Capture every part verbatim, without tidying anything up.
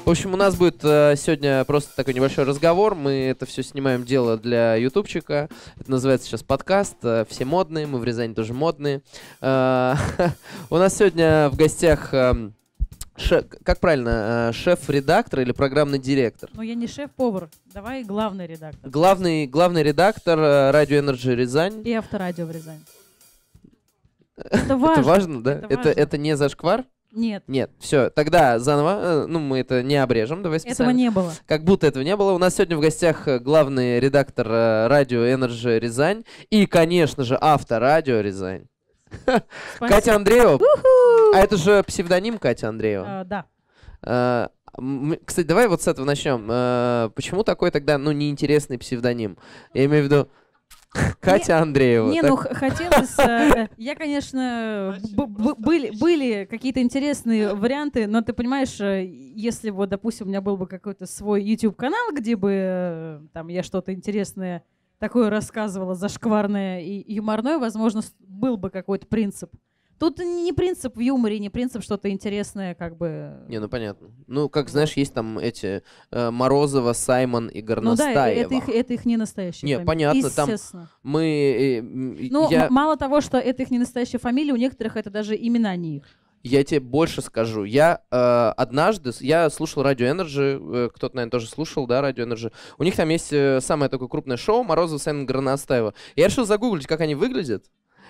В общем, у нас будет э, сегодня просто такой небольшой разговор. Мы это все снимаем дело для ютубчика. Это называется сейчас подкаст. Э, все модные, мы в Рязани тоже модные. Э, у нас сегодня в гостях... Э, Шеф, как правильно, э, шеф-редактор или программный директор? Ну, я не шеф-повар, давай главный редактор. Главный, главный редактор э, Радио Энерджи Рязань. И Авторадио в Рязани. Это важно. Это важно, да? Это, это, важно. это не зашквар? Нет. Нет, все, тогда заново, э, ну, мы это не обрежем, давай специально. Этого не было. Как будто этого не было. У нас сегодня в гостях главный редактор э, Радио Энерджи Рязань и, конечно же, Авторадио Рязань. Катя Андреева. А это же псевдоним Катя Андреева. А, да. А, кстати, давай вот с этого начнем. А, почему такой тогда, ну, неинтересный псевдоним? Я имею в виду Катя не, Андреева. Не, так? ну хотелось... Я, конечно, были, были какие-то интересные варианты, но ты понимаешь, если вот, допустим, у меня был бы какой-то свой YouTube-канал, где бы там я что-то интересное такое рассказывала, зашкварное и юморное, возможно, был бы какой-то принцип. Тут не принцип в юморе, не принцип что-то интересное, как бы... Не, ну понятно. Ну, как знаешь, есть там эти э, Морозова, Саймон и Горностаева. Ну да, это, это, их, это их не настоящие не, фамилии. Понятно, там мы... Э, ну, я... мало того, что это их не настоящая фамилия, у некоторых это даже имена не их. Я тебе больше скажу. Я э, однажды, я слушал Радио Энерджи, э, кто-то, наверное, тоже слушал, да, Радио Энерджи. У них там есть э, самое такое крупное шоу Морозова, Саймон, Горностаева. Я решил загуглить, как они выглядят.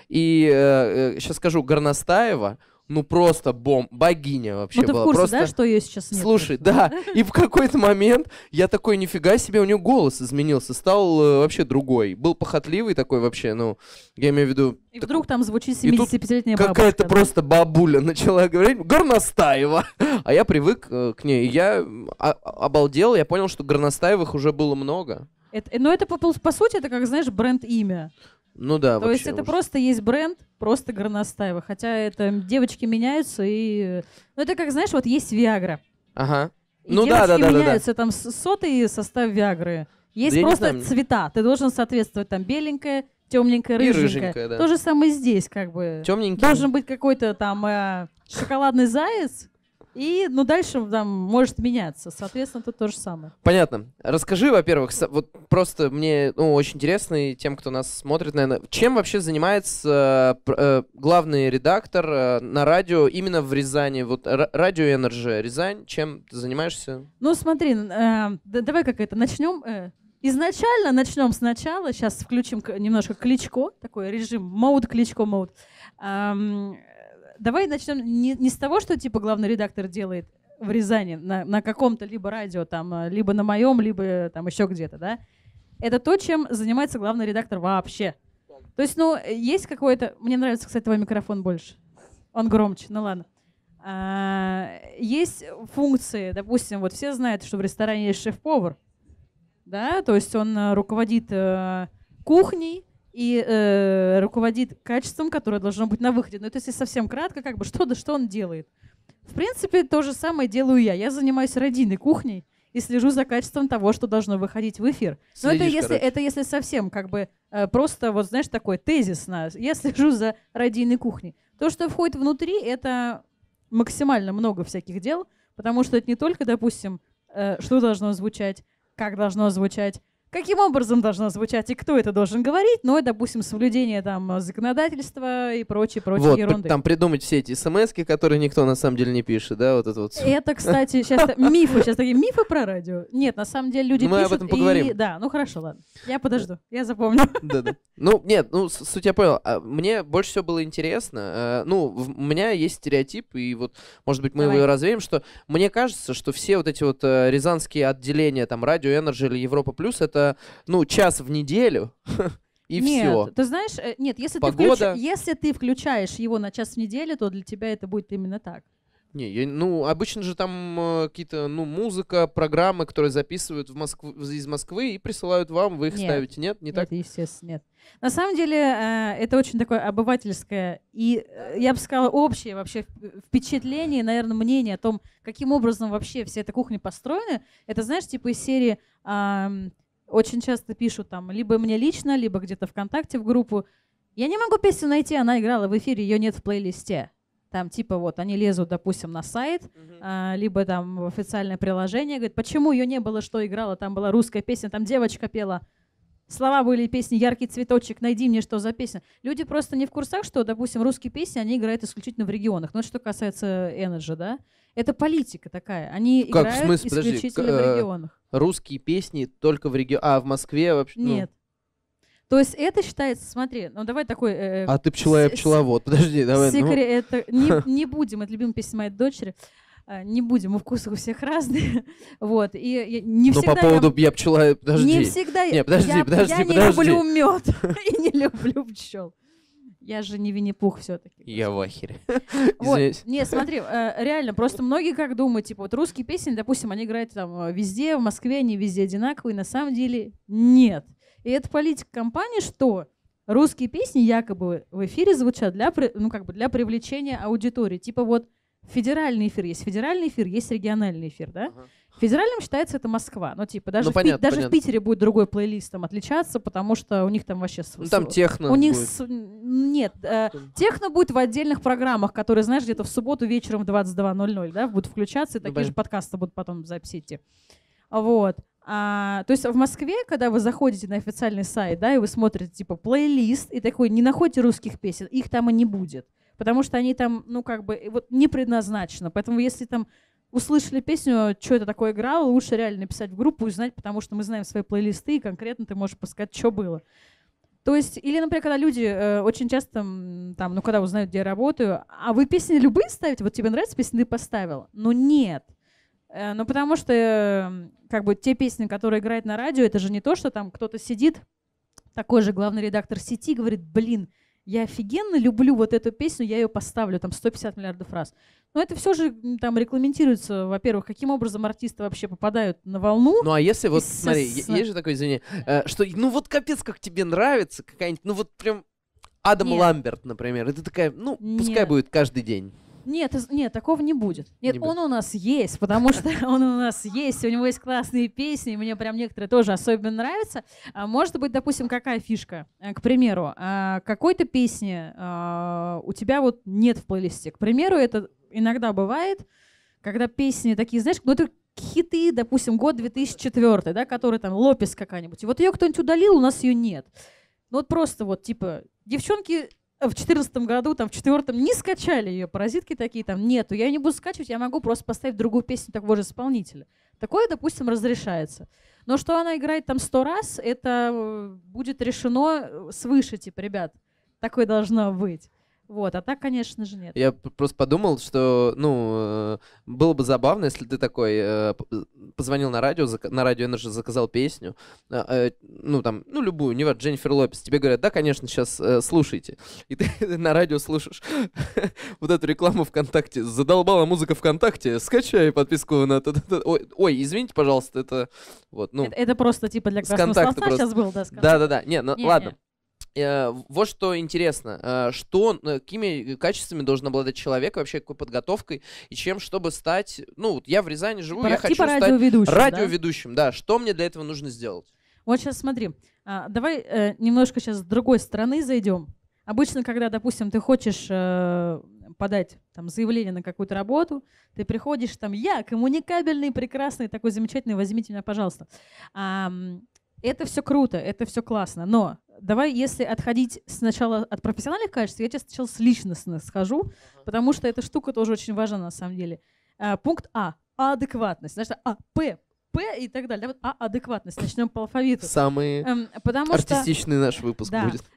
И э, э, сейчас скажу, Горностаева, ну просто бом, богиня вообще ну, ты была. в курсе, просто... да, что ее сейчас нет? Слушай, да, и в какой-то момент я такой, нифига себе, у нее голос изменился, стал э, вообще другой. Был похотливый такой вообще, ну, я имею в виду... И так... вдруг там звучит семидесятипятилетняя бабушка. Какая-то да? просто бабуля начала говорить, Горностаева. А я привык э, к ней, я а- обалдел, я понял, что Горностаевых уже было много. Это, но это, по, по сути, это как, знаешь, бренд-имя. Ну да, То есть это уж. Просто есть бренд, просто Горностаева. Хотя это девочки меняются и... Ну это как, знаешь, вот есть Виагра. Ага. И ну девочки да, да, да, меняются, да, да. там сотый состав Виагры. Есть да просто цвета. Ты должен соответствовать там беленькая, темненькая, рыженькая. рыженькая да. То же самое здесь, как бы. Темненький. Должен быть какой-то там э, шоколадный заяц. И, ну, дальше там может меняться. Соответственно, тут то же самое. Понятно. Расскажи, во-первых, вот просто мне ну, очень интересно, и тем, кто нас смотрит, наверное, чем вообще занимается э, главный редактор э, на радио именно в Рязани? Вот Радио Энерджи Рязань, чем ты занимаешься? Ну, смотри, э, да, давай как это, начнем... Э, изначально начнем сначала. Сейчас включим немножко Кличко, такой режим, мод Кличко мод. Эм, Давай начнем не, не с того, что типа главный редактор делает в Рязани на, на каком-то либо радио, там, либо на моем, либо там еще где-то, да. Это то, чем занимается главный редактор вообще. То есть, ну, есть какое-то... Мне нравится, кстати, твой микрофон больше. Он громче, ну ладно. А, есть функции, допустим, вот все знают, что в ресторане есть шеф-повар, да, то есть он руководит э, кухней, и э, руководит качеством, которое должно быть на выходе. Но это если совсем кратко, как бы что, да, что он делает. В принципе, то же самое делаю я. Я занимаюсь радийной кухней и слежу за качеством того, что должно выходить в эфир. Но это если, это если совсем как бы э, просто, вот знаешь, такой тезисно. Я слежу за радийной кухней. То, что входит внутри, это максимально много всяких дел, потому что это не только, допустим, э, что должно звучать, как должно звучать, каким образом должно звучать и кто это должен говорить, но, допустим, соблюдение там законодательства и прочей, прочей вот, ерунды. Там придумать все эти смс-ки, которые никто на самом деле не пишет, да, вот это вот. Это, кстати, сейчас мифы, сейчас такие мифы про радио. Нет, на самом деле люди Мы пишут. об этом поговорим. И... Да, ну хорошо, ладно. Я подожду, я запомню. Да-да. Ну, нет, ну, суть я понял. Мне больше всего было интересно, ну, у меня есть стереотип, и вот, может быть, мы Давай. его развеем, что мне кажется, что все вот эти вот рязанские отделения, там, Радио Энерджи или Европа Плюс, это, ну, час в неделю, и нет, все. Ты знаешь, нет, если ты, включ... если ты включаешь его на час в неделю, то для тебя это будет именно так. Не, я, ну, обычно же там э, какие-то, ну, музыка, программы, которые записывают в Москву, из Москвы и присылают вам, вы их нет. ставите, нет? Не нет, так? Естественно, нет. На самом деле, э, это очень такое обывательское и, э, я бы сказала, общее вообще впечатление, наверное, мнение о том, каким образом вообще вся эта кухня построена. Это, знаешь, типа из серии... Э, очень часто пишут там, либо мне лично, либо где-то ВКонтакте в группу. Я не могу песню найти, она играла в эфире, ее нет в плейлисте. там типа вот они лезут, допустим, на сайт, Мгм. а, либо там в официальное приложение, говорят, почему ее не было, что играла, там была русская песня, там девочка пела. Слова были песни «Яркий цветочек», «Найди мне, что за песня». Люди просто не в курсах, что, допустим, русские песни, они играют исключительно в регионах. Но это что касается Energy, да? Это политика такая. Они Как, в играют смысле? Подожди, исключительно к- в э, регионах. Русские песни только в регионе. А, в Москве вообще. ну. Нет. То есть это считается, смотри, ну давай такой... э, А ты пчела, я с- пчеловод. Подожди, давай. ну. секрет, это не, не будем, это любимая песня моей дочери. А, Не будем, мы вкусы у всех разные. Вот. И я- не Но всегда по поводу я... я пчела, подожди. Не всегда я- Не, подожди, я, подожди, я не подожди. люблю мед и не люблю пчел. Я же не Винни-Пух все-таки. Я в ахере. Вот. Извиняюсь. Не, смотри, э, реально, просто многие как думают, типа, вот русские песни, допустим, они играют там э, везде, в Москве они везде одинаковые, на самом деле нет. И это политика компании, что русские песни якобы в эфире звучат для, при- ну, как бы для привлечения аудитории. Типа вот федеральный эфир есть, федеральный эфир есть, региональный эфир, да? Ага. Федеральным считается это Москва. Ну, типа, даже, Ну, в, Пи- понятно, даже в понятно. Питере будет другой плейлист там отличаться, потому что у них там вообще... с- Ну там с- техно у них будет. с- нет, э, техно будет в отдельных программах, которые, знаешь, где-то в субботу вечером в двадцать два ноль ноль, да, будут включаться, и Ну, такие понятно. же подкасты будут потом в записи идти. Вот. А, то есть в Москве, когда вы заходите на официальный сайт, да, и вы смотрите, типа, плейлист, и такой, не находите русских песен, их там и не будет. Потому что они там, ну, как бы, вот не предназначены. Поэтому если там услышали песню, что это такое играло, лучше реально написать в группу и узнать, потому что мы знаем свои плейлисты, и конкретно ты можешь подсказать, что было. То есть, или, например, когда люди э, очень часто, м, там, ну, когда узнают, где я работаю, а вы песни любые ставите? Вот тебе нравится песня, ты поставил? Ну, нет. Э, ну, потому что, э, как бы, те песни, которые играют на радио, это же не то, что там кто-то сидит, такой же главный редактор сети, говорит, блин, я офигенно люблю вот эту песню, я ее поставлю, там, сто пятьдесят миллиардов раз. Но это все же м, там регламентируется, во-первых, каким образом артисты вообще попадают на волну. Ну а если вот, смотри, е- Естественно. есть же такое, извини, э, что, ну вот капец, как тебе нравится какая-нибудь, ну вот прям Адам Нет. Ламберт, например, и ты такая, ну, пускай Нет. будет каждый день. Нет, из- нет, такого не будет. Нет, Не он у нас есть, потому что он у нас есть, у него есть классные песни, и мне прям некоторые тоже особенно нравятся. А может быть, допустим, какая фишка? Э, К примеру, а, какой-то песни а, у тебя вот нет в плейлисте. К примеру, это иногда бывает, когда песни такие, знаешь, ну это хиты, допустим, год две тысячи четвёртый, да, который там Лопес какая-нибудь. И вот ее кто-нибудь удалил, у нас ее нет. Ну вот просто вот, типа, девчонки в четырнадцатом году, там, в четвертом не скачали ее, паразитки такие там нету. Я не буду скачивать, я могу просто поставить другую песню такого же исполнителя. Такое, допустим, разрешается. Но что она играет там сто раз, это э, будет решено э, свыше, типа, ребят, такое должно быть. Вот, а так, конечно же, нет. Я п- просто подумал, что, ну, э, было бы забавно, если ты такой э, п- э, позвонил на радио, зак- на радио Energy заказал песню, э, э, ну, там, ну, любую, не важно, Дженнифер Лопес, тебе говорят, да, конечно, сейчас слушайте. И ты на радио слушаешь вот эту рекламу ВКонтакте. Задолбала музыка ВКонтакте, скачай подписку на... т-т-т. Ой, ой, извините, пожалуйста, это... Вот, ну, это, это просто типа для с красного контакта словца просто. сейчас был, да, сказано? да-да-да, не, ну, Не, ладно. не. Э, Вот что интересно, э, что, э, какими качествами должен обладать человек, вообще какой подготовкой, и чем, чтобы стать, ну, вот я в Рязани живу, Типа, я ра- хочу типа стать радиоведущим, да? радиоведущим, да, что мне для этого нужно сделать? Вот сейчас смотри, а, давай э, немножко сейчас с другой стороны зайдем. Обычно, когда, допустим, ты хочешь э, подать там, заявление на какую-то работу, ты приходишь там, я коммуникабельный, прекрасный, такой замечательный, возьмите меня, пожалуйста. Ам, это все круто, это все классно, но давай, если отходить сначала от профессиональных качеств, я тебе сначала с личностных схожу, потому что эта штука тоже очень важна на самом деле. А, пункт А — адекватность. Значит, А, П, П и так далее. Да, вот А — адекватность. Начнем по алфавиту. Самый Эм, потому что... артистичный наш выпуск Да. будет.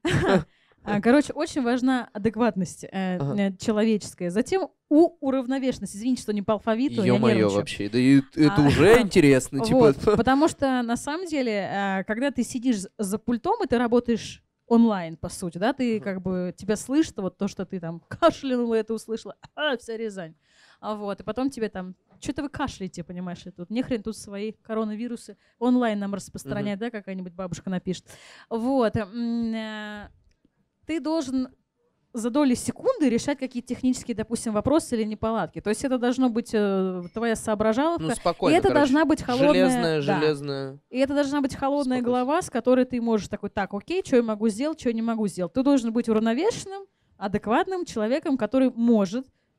А, Короче, очень важна адекватность э, Ага. э, человеческая. Затем у уравновешенность. Извините, что не по алфавиту, я Ё-моё, нервничаю. вообще, да и это А, уже интересно, типа... Вот, потому что на самом деле, э, когда ты сидишь з- за пультом, и ты работаешь онлайн, по сути, да, ты Мгм. как бы, тебя слышно, вот то, что ты там кашлянула, это услышала, а, вся Рязань. А вот, и потом тебе там, что-то вы кашляете, понимаешь, и тут, не хрен тут свои коронавирусы онлайн нам распространять, да, какая-нибудь бабушка напишет. Вот, м, э, ты должен за доли секунды решать какие-то технические, допустим, вопросы или неполадки. То есть это должно быть э, твоя соображаловка, Ну, и спокойно, это короче. должна быть холодная... Железная, да. железная. И это должна быть холодная Спокойствие. голова, с которой ты можешь такой, так, окей, что я могу сделать, что я не могу сделать. Ты должен быть уравновешенным, адекватным человеком, который может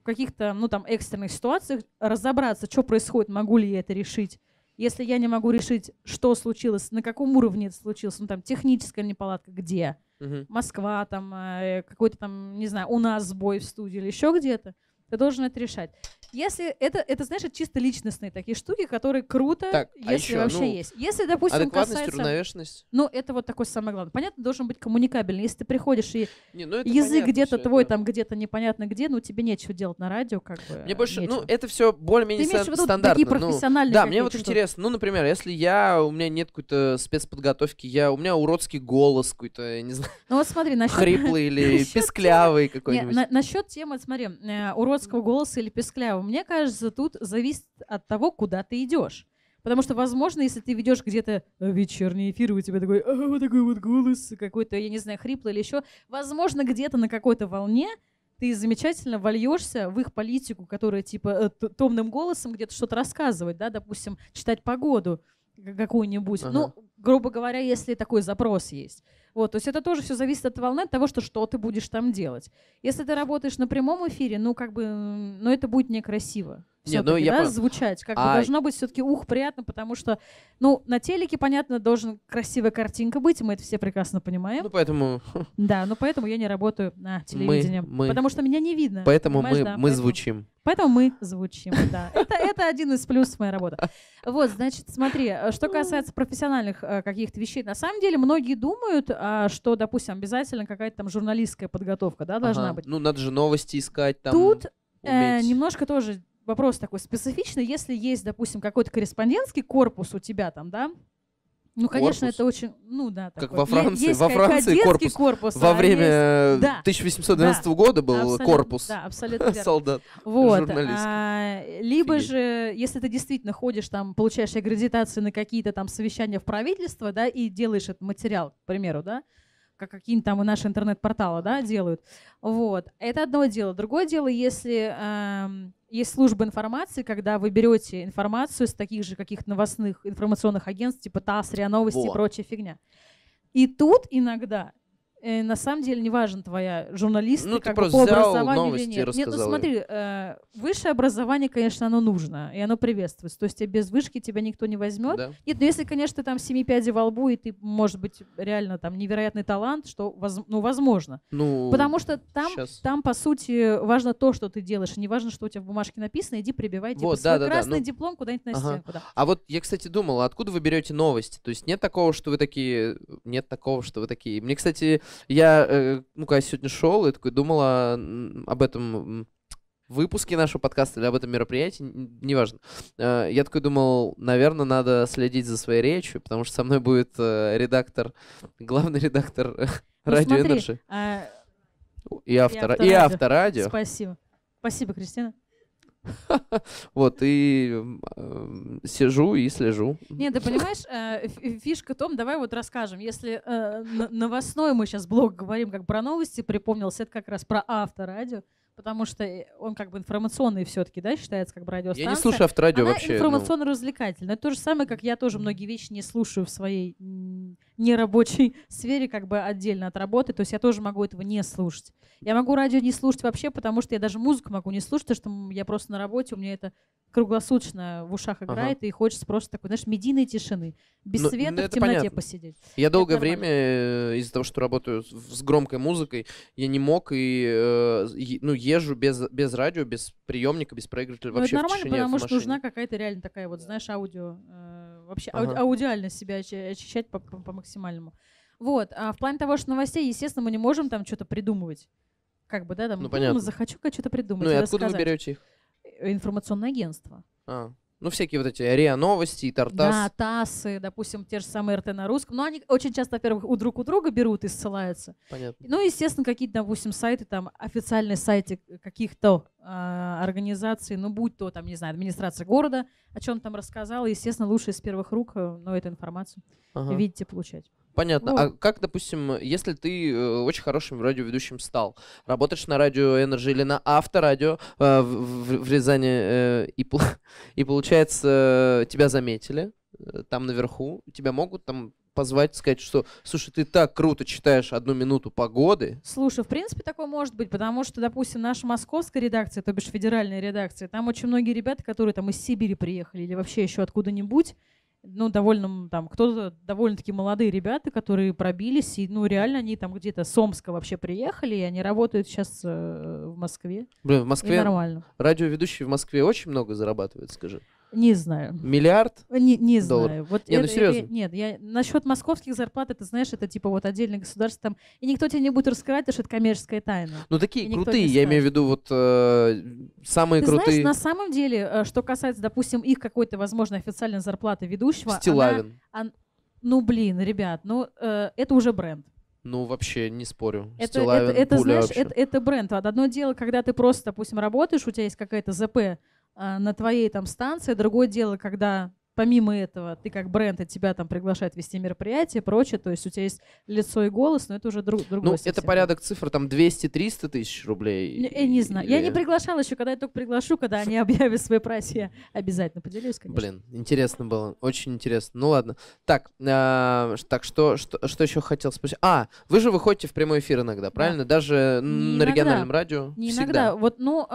каких-то, ну, там, экстренных ситуациях разобраться, что происходит, могу ли я это решить. Если я не могу решить, что случилось, на каком уровне это случилось, ну, там, техническая неполадка, где? Мгм. Москва, там, э, какой-то там, не знаю, у нас сбой в студии или еще где-то, ты должен это решать. Если это, это, знаешь, это чисто личностные такие штуки, которые круто, Так, а если еще, вообще ну, есть. Если, допустим, Адекватность, касается... уравновешенность. Ну, это вот такое самое главное. Понятно, должен быть коммуникабельный. Если ты приходишь и Не, ну это язык понятно где-то всё, твой, это. там где-то непонятно где, ну, тебе нечего делать на радио, как бы. Мне больше, нечего. ну, это все более-менее Ты имеешь в ста- виду стандартно. такие ну, профессиональные да, мне какие-то вот штуки? интересно, ну, например, если я, у меня нет какой-то спецподготовки, я, у меня уродский голос какой-то, не знаю, Ну, вот смотри, насчет... хриплый или насчет писклявый Не, какой-нибудь. на- насчет темы, смотри, э, уродского голоса или песклявого, мне кажется, тут зависит от того, куда ты идешь. Потому что, возможно, если ты ведешь где-то э, вечерний эфир, и у тебя такой, «А, вот такой вот голос, какой-то, я не знаю, хриплый или еще, возможно, где-то на какой-то волне ты замечательно вольешься в их политику, которая типа э, т- томным голосом где-то что-то рассказывать, да, допустим, читать погоду к- какую-нибудь. Ага. Ну, грубо говоря, если такой запрос есть. Вот, то есть это тоже все зависит от волны, от того, что, что ты будешь там делать. Если ты работаешь на прямом эфире, ну, как бы, м, ну, это будет некрасиво. Не, ну, Всё-таки, я да, пон- звучать. Как бы А- должно быть все-таки ух приятно, потому что, ну, на телеке, понятно, должна красивая картинка быть, и мы это все прекрасно понимаем. Ну, поэтому, Да, но поэтому я не работаю на телевидении. мы- Потому что меня не видно. поэтому понимаешь, мы, да, мы поэтому- звучим. Поэтому мы звучим, да. Это, это один из плюсов моей работы. Вот, значит, смотри, э, что касается профессиональных э, каких-то вещей, на самом деле многие думают, а, что, допустим, обязательно какая-то там журналистская подготовка, да, должна Ага. быть. Ну, надо же новости искать там. Тут э, уметь. немножко тоже вопрос такой специфичный. Если есть, допустим, какой-то корреспондентский корпус у тебя там, да, ну, конечно, Корпус? это очень, ну да, Как такой. во Е- Франции. есть Во ка- Франции кадетский корпус. корпус, Во а время есть- Да. тысяча восемьсот двенадцатого года был Абсолютно, корпус Да, абсолютно верно. солдат. Вот. журналистский. а, либо Офигеть. же, если ты действительно ходишь там, получаешь аккредитацию на какие-то там совещания в правительство, да, и делаешь этот материал, к примеру, да, как какие-нибудь там и наши интернет-порталы, да, делают. Вот. Это одно дело. Другое дело, если эм, есть служба информации, когда вы берете информацию с таких же каких-то новостных информационных агентств, типа ТАСС, РИА Новости и Вот. прочая фигня. И тут иногда э, на самом деле не важен твоя журналистика, Ну, ты как бы просто по взял образованию новости или и нет. Нет, ну рассказал смотри, э, высшее образование, конечно, оно нужно, и оно приветствуется. То есть тебе без вышки тебя никто не возьмет. Да. Нет, ну если, конечно, ты там семи пядей во лбу, и ты, может быть, реально там невероятный талант, что, воз- ну, возможно. Ну, Потому что там, щас. там, по сути, важно то, что ты делаешь, и не важно, что у тебя в бумажке написано, иди прибивай типа, Вот, свой да-да-да, красный ну, диплом куда-нибудь на ага. стенку. Да. А вот я, кстати, думал, а откуда вы берете новости? То есть нет такого, что вы такие... Нет такого, что вы такие... Мне, кстати, я, э, ну, когда сегодня шел, я такой думал о, м, об этом м, выпуске нашего подкаста или об этом мероприятии, н- неважно. Э, Я такой думал, наверное, надо следить за своей речью, потому что со мной будет э, редактор, главный редактор э, Ну, Радио смотри, Энерджи а, и автора- и авторадио. авторадио. спасибо. Спасибо, Кристина. Вот, и м, эм, сижу и слежу. Нет, ты понимаешь, э, ф- фишка в том, давай вот расскажем. Если э, н- новостной мы сейчас блог говорим как про новости, припомнился, это как раз про авторадио, потому что э, он как бы информационный все-таки, да, считается как бы радиостанция. Я не слушаю авторадио Она вообще. ну. информационно-развлекательная. Это то же самое, как я тоже многие вещи не слушаю в своей м, нерабочей сфере, как бы отдельно от работы. То есть я тоже могу этого не слушать. Я могу радио не слушать вообще, потому что я даже музыку могу не слушать, потому что м, я просто на работе, у меня это круглосуточно в ушах играет, и хочется просто такой, знаешь, медийной тишины. Без Ну, света, ну, в это темноте понятно. посидеть. Я долгое нормально. время э, из-за того, что работаю с, с громкой музыкой, я не мог и э, е- ну езжу без без радио, без приемника, без проигрывателя, Но вообще это в нормально, тишине, потому в что машине. нужна какая-то реально такая вот, знаешь, аудио, э, вообще ауди- Ага. аудиально себя очи- очищать по, по- по максимальному. Вот, а в плане того, что новостей, естественно, мы не можем там что-то придумывать. Как бы, да, там, Ну, «М, понятно. захочу-ка что-то придумать, Ну и и откуда вы рассказать». берете их? Э, Информационное агентство. А, ну всякие вот эти РИА Новости и Да, Тартас. ТАССы, допустим, те же самые РТ на русском. Но они очень часто, во-первых, у друг у друга берут и ссылаются. Понятно. Ну, естественно, какие-то, допустим, сайты, там, официальные сайты каких-то а, организаций, ну, будь то, там, не знаю, администрация города, о чем там рассказала, естественно, лучше из первых рук, э, ну, эту информацию Ага. видите, получать. Понятно. Вот. А как, допустим, если ты э, очень хорошим радиоведущим стал, работаешь на радио Energy или на авторадио э, в, в- в Рязани, э, и, пол- и получается, э, тебя заметили э, там наверху, тебя могут там позвать, сказать, что, слушай, ты так круто читаешь одну минуту погоды. Слушай, в принципе, такое может быть, потому что, допустим, наша московская редакция, то бишь федеральная редакция, там очень многие ребята, которые там из Сибири приехали или вообще еще откуда-нибудь, ну, довольно, там, кто-то довольно-таки молодые ребята, которые пробились, и, ну, реально они там где-то с Омска вообще приехали, и они работают сейчас э, в Москве. Блин, в Москве И нормально. радиоведущие в Москве очень много зарабатывают, скажи. Не знаю. Миллиард? Не, не долларов? знаю. Вот Не, ну это- серьезно. это- нет, я насчет московских зарплат, это знаешь, это типа вот отдельное государство там, и никто тебе не будет раскрывать, потому что это коммерческая тайна. Ну, такие И никто крутые, не я имею в скажет. виду вот э, самые Ты крутые. знаешь, на самом деле, э, что касается, допустим, их какой-то, возможно, официальной зарплаты ведущего, она- Стилавин. он- ну, блин, ребят, ну, э, это уже бренд. Ну, вообще, не спорю. Это, Стилавин, это, это, пуля знаешь, вообще. это, это бренд. Вот одно дело, когда ты просто, допустим, работаешь, у тебя есть какая-то ЗП а, на твоей там станции, другое дело, когда помимо этого ты как бренд, и тебя там приглашают вести мероприятия и прочее, то есть у тебя есть лицо и голос, но это уже друг, другое Ну, совсем. это порядок цифр, там двести-триста тысяч рублей. Не, я не знаю. Я не Или- приглашала еще, когда я только приглашу, когда они объявят свои прайсы, я обязательно поделюсь, конечно. Блин, интересно было, очень интересно. Ну ладно. Так, а, ш- так что, что, что еще хотел спросить? А, вы же выходите в прямой эфир иногда, правильно? Даже Не на иногда. региональном радио? Не Всегда. иногда. Вот, ну,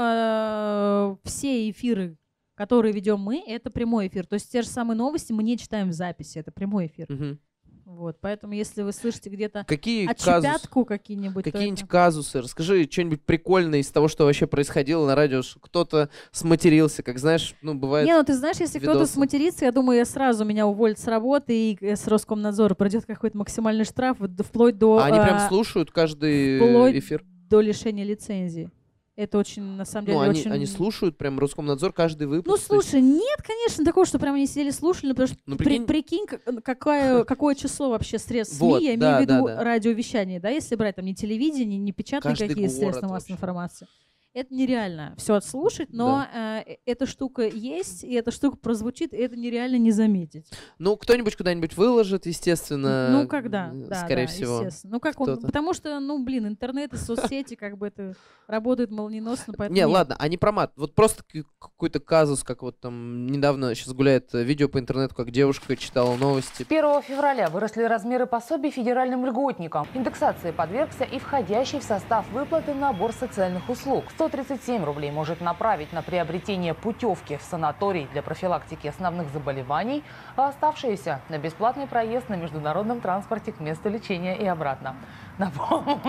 э, все эфиры, которые ведем мы, это прямой эфир. То есть те же самые новости мы не читаем в записи, это прямой эфир. Мгм. Вот, поэтому если вы слышите где-то Какие казусы? отчепятку какие-нибудь, то Какие-нибудь это- казусы? Расскажи что-нибудь прикольное из того, что вообще происходило на радио, что кто-то сматерился, как знаешь, ну бывает. Не, ну ты знаешь, если кто-то видосы. сматерится, я думаю, я сразу меня уволят с работы, и э, с Роскомнадзора пройдет какой-то максимальный штраф, вот до- вплоть до, А они прям а, слушают каждый вплоть эфир? до лишения лицензии. Это очень, на самом деле, Ну, они, очень... они слушают прям Роскомнадзор каждый выпуск? Ну, то есть- слушай, нет, конечно, такого, что прям они сидели слушали, потому что Ну, при- прикинь. прикинь, как- какое, какое число вообще средств Вот, СМИ, я имею да, в виду да, да. радиовещание, да, если брать там не телевидение, не печатные Каждый какие город средства массовой вообще. информации. Это нереально все отслушать, но э, эта штука есть, и эта штука прозвучит, и это нереально не заметить. Ну, кто-нибудь куда-нибудь выложит, естественно. ну, когда, э, да, скорее да, всего. естественно. Ну, как он, кто-то. потому что, ну, блин, интернет и соцсети, как бы это работают молниеносно, поэтому Не, нет. ладно, а не про мат. Вот просто к- какой-то казус, как вот там недавно сейчас гуляет э, видео по интернету, как девушка читала новости. С первого февраля выросли размеры пособий федеральным льготникам. Индексации подвергся и входящий в состав выплаты набор социальных услуг. сто тридцать семь рублей может направить на приобретение путевки в санаторий для профилактики основных заболеваний, а оставшиеся на бесплатный проезд на международном транспорте к месту лечения и обратно. Напомню.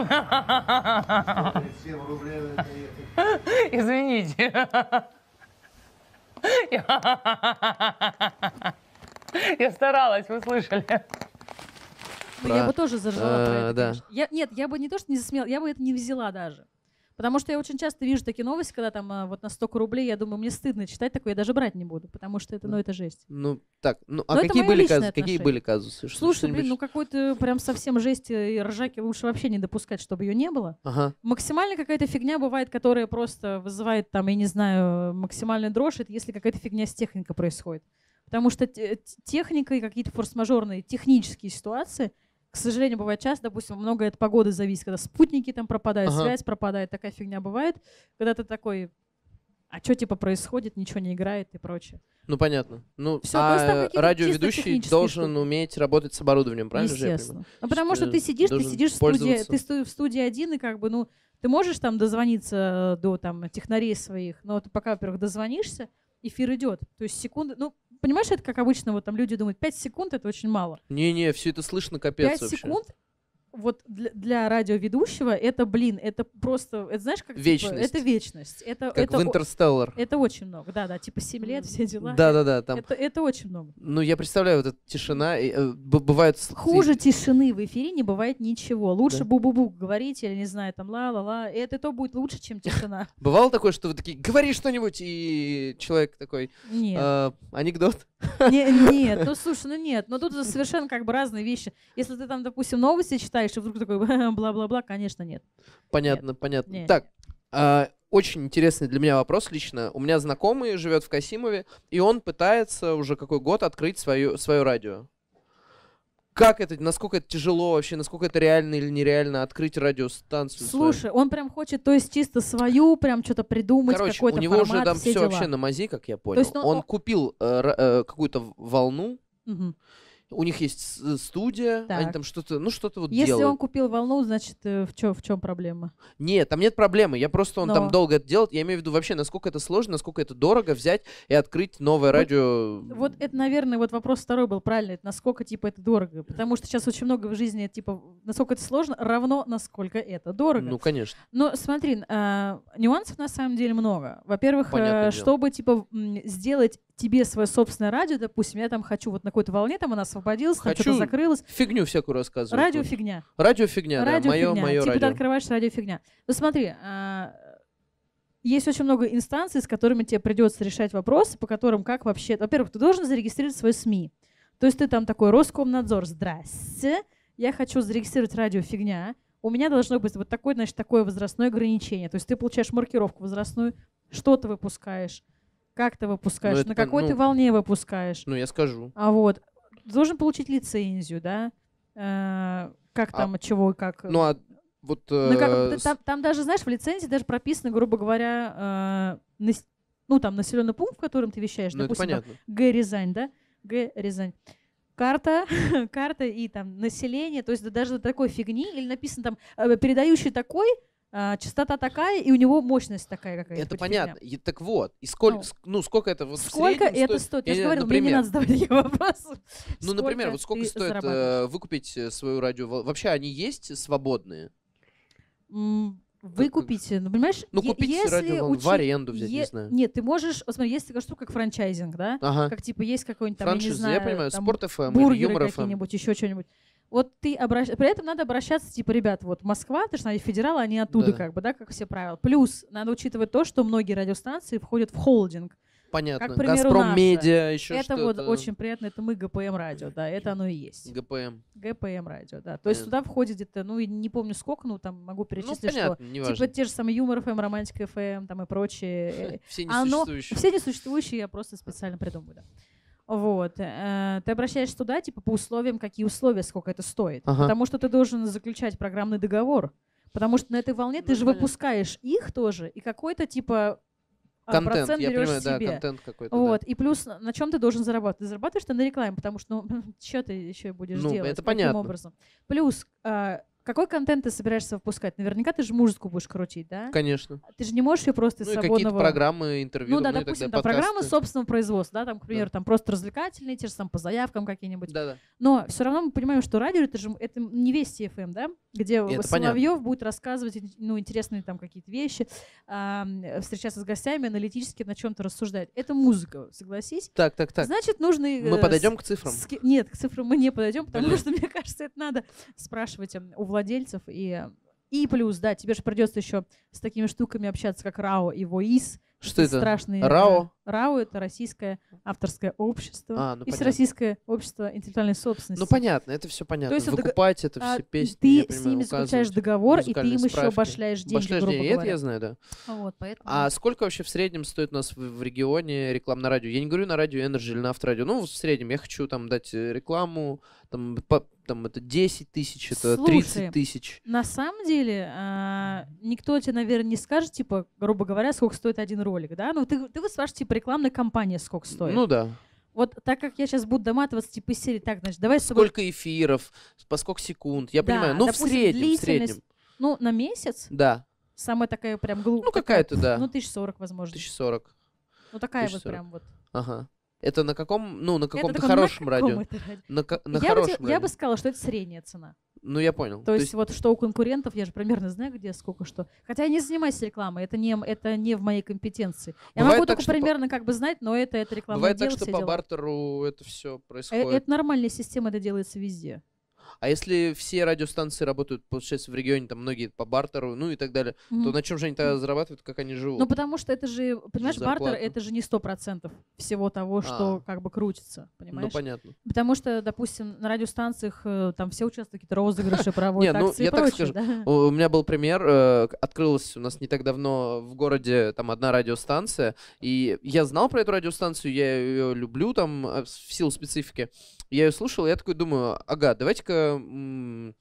Извините. Я старалась, вы слышали. Ну, я Про- бы тоже зажала про э, это, да. конечно. Я, нет, я бы не то, что не засмеяла, я бы это не взяла даже. Потому что я очень часто вижу такие новости, когда там а, вот на столько рублей, я думаю, мне стыдно читать такое, я даже брать не буду, потому что это, ну, это жесть. Ну, так, ну, а Но это какие моё были, личное казусы? какие отношение. были казусы? Что- Слушай, что-нибудь- блин, ну какой-то прям совсем жесть и ржаки лучше вообще не допускать, чтобы ее не было. Ага. Максимально какая-то фигня бывает, которая просто вызывает там, я не знаю, максимальную дрожь, это если какая-то фигня с техникой происходит. Потому что те- т- техника и какие-то форс-мажорные технические ситуации, к сожалению, бывает часто, допустим, много от погоды зависит, когда спутники там пропадают, Ага. связь пропадает, такая фигня бывает, когда ты такой, а что типа происходит, ничего не играет и прочее. Ну, понятно. Ну, Всё, то есть там а какие-то чисто радиоведущий технические должен штуки. уметь работать с оборудованием, правильно же я понимаю? Естественно. Ну, потому что Что ты сидишь, ты должен сидишь в студии, пользоваться. ты сто- в студии один, и как бы, ну, ты можешь там дозвониться до там технарей своих, но ты пока, во-первых, дозвонишься, эфир идет. То есть секунды, ну, понимаешь, это как обычно, вот там люди думают, пять секунд это очень мало. Не-не, все это слышно капец пять вообще. секунд вот для, для радиоведущего это, блин, это просто, это знаешь, как типа, Вечность. это вечность. Это, Как это, в о- «Интерстеллар». это очень много, да, да, типа семь лет, все дела. Да-да-да, там. Это, это очень много. Ну, я представляю, вот эта тишина, и, э, б- бывает... с- Хуже тишины в эфире не бывает ничего. Лучше Да. бу-бу-бу говорить или, не знаю, там ла-ла-ла. Это то будет лучше, чем тишина. Бывало такое, что вы такие, говори что-нибудь, и человек такой, Нет. «А, анекдот? Не- Нет, ну слушай, ну нет. Но тут же совершенно как бы разные вещи. Если ты там, допустим, новости читаешь, и вдруг такой бла-бла-бла, конечно, нет. Понятно, понятно. не, Так, а, очень интересный для меня вопрос лично. У меня знакомый живет в Касимове, и он пытается уже какой год открыть свое, свое радио. Как это, насколько это тяжело вообще, насколько это реально или нереально открыть радиостанцию? свою? Слушай, он прям хочет, то есть чисто свою, прям что-то придумать, Короче, у какой-то него формат, уже там все все дела. вообще на мази, как я понял. есть, ну, он о- купил э, ра- э, какую-то волну, Мгм. У них есть с- студия, Так. они там что-то, ну что-то вот Если делают. он купил волну, значит, э, в чем в чем проблема? Нет, там нет проблемы. Я просто, он Но. там долго это делает. Я имею в виду вообще, насколько это сложно, насколько это дорого взять и открыть новое Вот- радио. Вот это, наверное, вот вопрос второй был правильный. Это насколько, типа, это дорого. Потому что сейчас очень много в жизни, типа, насколько это сложно, равно насколько это дорого. Ну, конечно. Но смотри, а, нюансов на самом деле много. Во-первых, Понятное э, дело. чтобы, типа, м, сделать тебе свое собственное радио, допустим, я там хочу вот на какой-то волне, там она освободилась, там Хочу что-то закрылось. Фигню всякую рассказывать. Радио Вот. фигня. Радио фигня, да. Радио Мое, фигня. мое Типа ты радио. открываешь радио фигня. Ну смотри, а, есть очень много инстанций, с которыми тебе придется решать вопросы, по которым как вообще... Во-первых, ты должен зарегистрировать свой СМИ. То есть ты там такой Роскомнадзор, здрасте, я хочу зарегистрировать радио фигня. У меня должно быть вот такое, значит, такое возрастное ограничение. То есть ты получаешь маркировку возрастную, что ты выпускаешь, как ты выпускаешь, это на пон- какой ну, ты волне выпускаешь. Ну, я скажу. А вот, должен получить лицензию, да? Э, как А- там, чего и как. Ну, а вот... Ну, как, э, т- с- там, там даже, знаешь, в лицензии даже прописано, грубо говоря, э, нас- ну, там, населенный пункт, в котором ты вещаешь, Ну, это допустим, там понятно. Г. Рязань, да? Г. Рязань. Карта, карта и там население, то есть да даже до такой фигни, или написано там, э, передающий такой, э, частота такая, и у него мощность такая какая-то. Это хоть понятно. фигня. И так вот, и сколько, Ну. ск- ну, сколько это вот в Сколько среднем это стоит? Я же Или, говорю, мне не например, надо задавать такие вопросы. Ну, например, вот сколько ты стоит зарабатываешь? э, выкупить э, свою радио? Во- Вообще они есть свободные? М, Выкупить, ну, понимаешь, Ну, е- купить если радиоволну, в учить- аренду взять, не е- знаю. Нет, ты можешь, вот смотри, есть такая штука, как франчайзинг, да? Ага. Как типа есть какой-нибудь там, я не Франшизы, знаю, я понимаю, там Спорт эф эм, бургеры Юмор эф эм. какие-нибудь, еще что-нибудь. Вот ты обращ... При этом надо обращаться, типа, ребят, вот Москва, ты же, наверное, федерал, они оттуда Да. как бы, да, как все правила. Плюс надо учитывать то, что многие радиостанции входят в холдинг. Понятно. Как, к примеру, Газпром наша. Медиа, еще Это что-то. вот очень приятно, это мы ГПМ радио, да, это оно и есть. ГПМ. ГПМ радио, да. То есть Понятно. туда входит где-то, ну, и не помню сколько, ну, там могу Ну, перечислить, что понятно, не важно. типа те же самые Юмор эф эм, Романтика эф эм, там и прочие. э, Все Оно, несуществующие. все несуществующие я просто специально придумываю, да. Вот. э, Ты обращаешься туда, типа, по условиям, какие условия, сколько это стоит. Ага. Потому что ты должен заключать программный договор. Потому что на этой волне Ну, ты же понятно. выпускаешь их тоже, и какой-то, типа, а, Контент, процент я берешь понимаю, да, себе. контент какой-то. Вот. И плюс на, на чем ты должен зарабатывать? Ты зарабатываешь ты на рекламе, потому что, ну, что ты еще будешь Ну, делать? это Каким понятно. образом? Плюс, а, какой контент ты собираешься выпускать? Наверняка ты же музыку будешь крутить, да? Да. Конечно. Ты же не можешь ее просто из Ну и какие-то свободного... программы, интервью, Ну да, ну, и допустим, так там далее, программы подкасты. собственного производства, да, там, к примеру, Да. там просто развлекательные, те же там по заявкам какие-нибудь. Да-да. Но все равно мы понимаем, что радио это же это не Вести эф эм, да, где Это Соловьев будет рассказывать ну, интересные там какие-то вещи, а, м, встречаться с гостями, аналитически на чем-то рассуждать. Это музыка, согласись. Так, так, так. Значит, нужно... Мы э, подойдем с- к цифрам. ски- Нет, к цифрам мы не подойдем, потому Блин. что, мне кажется, это надо спрашивать эм, у владельцев. И, и плюс, да, тебе же придется еще с такими штуками общаться, как РАО и ВОИС. Что это? Страшные, РАО? да. РАО — это Российское авторское общество А, ну и понятно. Всероссийское общество интеллектуальной собственности. Ну понятно, это все понятно. есть в дог- Выкупать это А, все песни, ты я с понимаю, ними заключаешь указывать. договор, и ты музыкальные им еще справки. башляешь деньги, Башляешь грубо деньги, это говоря. я знаю, да. Вот, поэтому... А сколько вообще в среднем стоит у нас в, в регионе реклам на радио? Я не говорю на радио Energy или на Авторадио. Ну, в среднем я хочу там дать э, рекламу, там, по- там это десять тысяч, это Слушай, тридцать тысяч. На самом деле, а, никто тебе, наверное, не скажет, типа, грубо говоря, сколько стоит один ролик, да? Ну, ты, ты вот спрашиваешь, типа, рекламная кампания сколько стоит. Ну да. Вот так как я сейчас буду доматываться, типа, из серии, так, значит, давай с тобой... Сколько эфиров, по сколько секунд, я Да, понимаю. Ну, допустим, в среднем, в длительность, среднем. Ну, на месяц, Да, самая такая прям глупая. Ну, какая-то, да. Ну, тысяч сорок, возможно. тысяча сорок. Ну, такая вот тысяча сорок. прям вот. Ага. Это на каком, ну, на Это каком-то такой, хорошем на каком радио? это радио? На, ка- на я, бы, хорошем те- я радио. бы сказала, что это средняя цена. Ну, я понял. То, есть, вот что у конкурентов, я же примерно знаю, где сколько что. Хотя я не занимаюсь рекламой, это не, это не в моей компетенции. Я Бывает могу так, только что по- примерно как бы знать, но это, это рекламное Бывает дело, так, что все по дела. бартеру это все Э, происходит. Это нормальная система, это делается везде. А если все радиостанции работают, получается, в регионе, там многие по бартеру, ну и так далее, Мгм. то на чем же они тогда зарабатывают, как они живут? Ну, потому что это же, понимаешь, бартер зарплата. это же не сто процентов всего того, что А. как бы крутится, Ну, понимаешь? понятно. Потому что, допустим, на радиостанциях э, там все участвуют, какие-то розыгрыши проводят, Не, ну, акции я и так прочее, скажу, да. У у меня был пример, э, к- открылась у нас не так давно в городе там одна радиостанция, и я знал про эту радиостанцию, я ее люблю там э, в силу специфики. Я ее слушал, и я такой думаю, ага, давайте-ка м,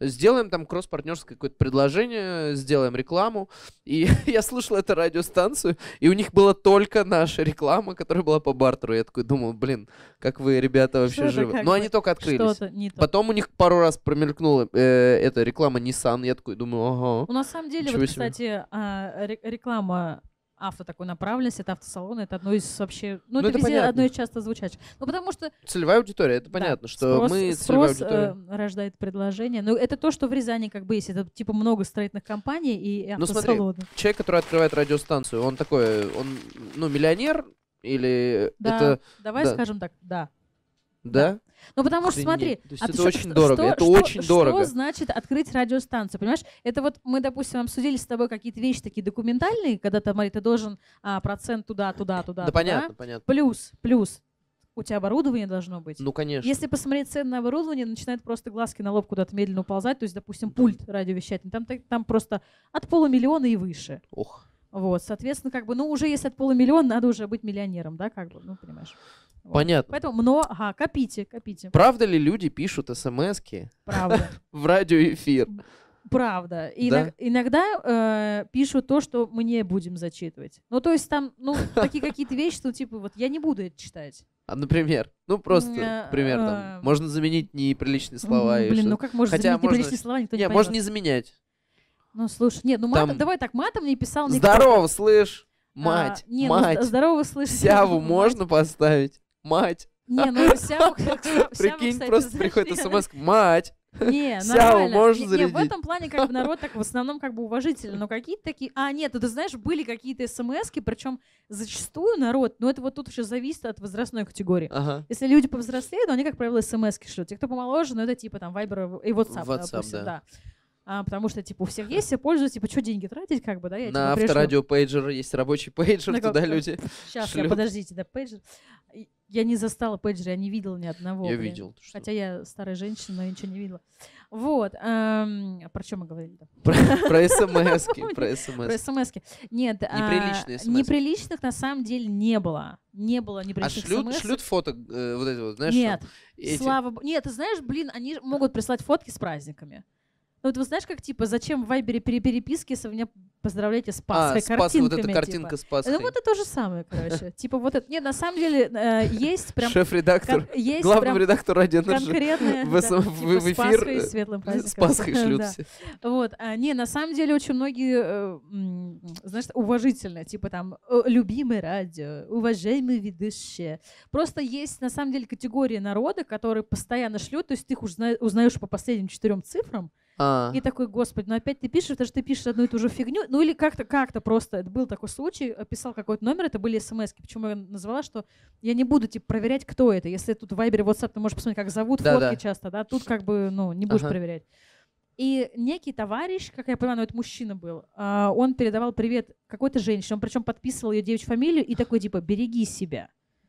сделаем там кросс-партнерское какое-то предложение, сделаем рекламу. И я слушал эту радиостанцию, и у них была только наша реклама, которая была по бартеру. Я такой думал, блин, как вы, ребята, вообще Что-то живы. как Но бы они только открылись. что-то не то. Потом у них пару раз промелькнула э, эта реклама Nissan. Я такой думаю, ага. Ну, на самом деле, Ничего вот, себе. кстати, а, ре- реклама авто такой направленности, это автосалоны, это одно из вообще, ну, Ну, это, это везде понятно. одно из часто звучащих. Ну, потому что Целевая аудитория, это да, понятно, что спрос, мы целевая спрос, аудитория. э, рождает предложение. Ну, это то, что в Рязани как бы есть. Это типа много строительных компаний и Ну, смотри, автосалонов. человек, который открывает радиостанцию, он такой, он, ну, миллионер или Да, это, давай да. скажем так, да. да? Ну, потому что, Охренеть. смотри, То есть а это ты что- очень что- дорого, что- это что- очень дорого. Что значит открыть радиостанцию, понимаешь? Это вот мы, допустим, обсудили с тобой какие-то вещи такие документальные, когда ты, смотри, ты должен а, процент туда, туда, туда, Да, туда. понятно, понятно. Плюс, плюс, у тебя оборудование должно быть. Ну, конечно. Если посмотреть цены на оборудование, начинают просто глазки на лоб куда-то медленно уползать. То есть, допустим, пульт радиовещательный, там, так- там просто от полумиллиона и выше. Ох. Вот, соответственно, как бы, ну, уже если от полумиллиона, надо уже быть миллионером, да, как бы, ну, понимаешь. Вот. Понятно. Поэтому, но, ага, копите, копите. Правда ли люди пишут смски Правда. в радиоэфир? Правда. И Да? иног- иногда э, пишут то, что мы не будем зачитывать. Ну, то есть там, ну, такие какие-то вещи, что, типа, вот я не буду это читать. А, например? Ну, просто, Э, пример э, там. Можно заменить неприличные слова. М, и Блин, что- ну как можно Хотя заменить можно- неприличные слова, никто не Не, поймет. можно не заменять. Ну, слушай, нет, ну матом, Там- давай так, матом не писал никто. Здорово, слышь, А, мать, не, ну, мать. з- здорово, слышишь. Сяву мать. можно поставить? Мать. Не, ну сяву, сяву, Прикинь, кстати, просто знаешь, приходит я- смс, мать. Не, Сяву нормально. можешь Не- не, в зарядить? этом плане как бы народ так в основном как бы уважительно, но какие-то такие... А, нет, ну, ты знаешь, были какие-то смски, причем зачастую народ, ну это вот тут еще зависит от возрастной категории. Ага. Если люди повзрослее, то они, как правило, смски шлют. Те, кто помоложе, ну это типа там Viber и WhatsApp, WhatsApp, допустим, да. да. А, потому что, типа, у всех есть, все пользуются, типа, что деньги тратить, как бы, да, я На тебе пришлю. авторадио пейджер есть рабочий пейджер, На туда как- люди. Сейчас, я, шлют. подождите, да, пейджер. И- Я не застала пейджер, я не видела ни одного. Я блин. видел. ты что. Хотя я старая женщина, но ничего не видела. Вот. эм, про что мы говорили-то? Про про смски, про Про смс. смски. Нет, а, Неприличные смски. неприличных на самом деле не было. Не было А неприличных шлют, смс. шлют фото, э, вот эти вот, знаешь, Нет, там, эти- слава богу. Нет, ты знаешь, блин, они ж могут прислать фотки с праздниками. Ну, вот вы знаешь, как, типа, зачем в Вайбере пере- переписки, если вы меня поздравляете с А, Пасхой, с Пасхой, картинками, вот эта типа. картинка с Пасхой. Ну, вот это то же самое, короче. Типа, вот это. Нет, на самом деле, э, есть прям... Шеф-редактор, кон- Есть главный прям редактор радио Energy конкретные... в да, см- типа, в- в с эфир, Пасхой и э, светлым праздником. с Пасхой шлют Да. все. Вот. А, не, на самом деле очень многие, э, м, знаешь, уважительно, типа там «О, любимое радио, уважаемые ведущие. Просто есть на самом деле категория народа, которые постоянно шлют, то есть ты их узна- узнаешь по последним четырем цифрам, А, и такой, господи, ну опять ты пишешь, потому что ты пишешь одну и ту же фигню, ну или как-то как-то просто, это был такой случай, писал какой-то номер, это были смс-ки, почему я назвала, что я не буду типа проверять, кто это, если тут в Вайбере, WhatsApp, ты можешь посмотреть, как зовут, Да-да. фотки часто, да, тут как бы, ну, не будешь Ага. проверять. И некий товарищ, как я понимаю, ну, это мужчина был, а, он передавал привет какой-то женщине, он причем подписывал ее девичью фамилию и такой типа «береги себя».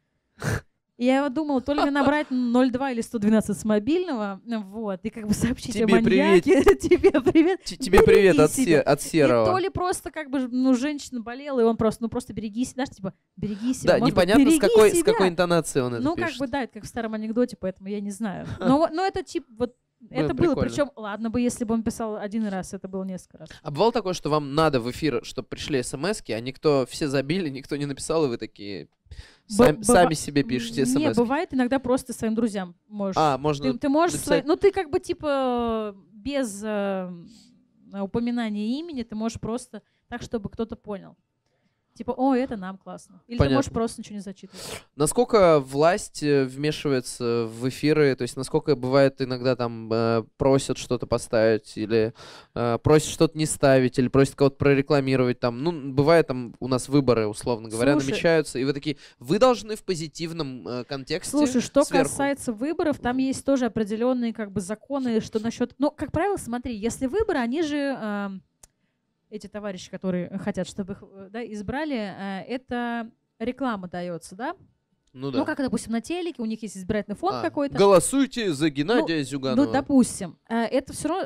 И я думала, то ли мне набрать ноль два или сто двенадцать с мобильного, вот, и как бы сообщить Тебе о маньяке, тебе привет, Т- Тебе привет береги от, се- себя. от И то Серого. ли просто как бы, ну, женщина болела, и он просто, ну, просто береги себя, знаешь, типа, береги себя. Да, Может быть, непонятно, с береги какой, с себя. какой интонацией он это Ну, пишет. как бы, да, это как в старом анекдоте, поэтому я не знаю. Но, но это типа, вот, это было, прикольно. причем, ладно бы, если бы он писал один раз, это было несколько раз. А бывало такое, что вам надо в эфир, чтобы пришли смски, а никто, все забили, никто не написал, и вы такие сами, Б- сами быва- себе пишете Не, смс. бывает иногда просто своим друзьям можешь. А, можно... Ты, ты можешь, написать- свои- ну ты как бы типа без э, упоминания имени, ты можешь просто так, чтобы кто-то понял. Типа, о, это нам классно. Или Понятно. ты можешь просто ничего не зачитывать. Насколько власть э, вмешивается в эфиры, то есть насколько бывает иногда там э, просят что-то поставить, или э, просят что-то не ставить, или просят кого-то прорекламировать там. Ну, бывает там у нас выборы, условно говоря, Слушай. намечаются, и вы такие, вы должны в позитивном э, контексте Слушай, что сверху. касается выборов, там есть тоже определенные как бы законы, что насчет... Ну, как правило, смотри, если выборы, они же... э, эти товарищи, которые хотят, чтобы их э, да, избрали, э, это реклама дается, да? Ну да. Ну, как, допустим, на телеке, у них есть избирательный фонд А, какой-то. Голосуйте за Геннадия Зюганова. Ну, допустим, э, это все равно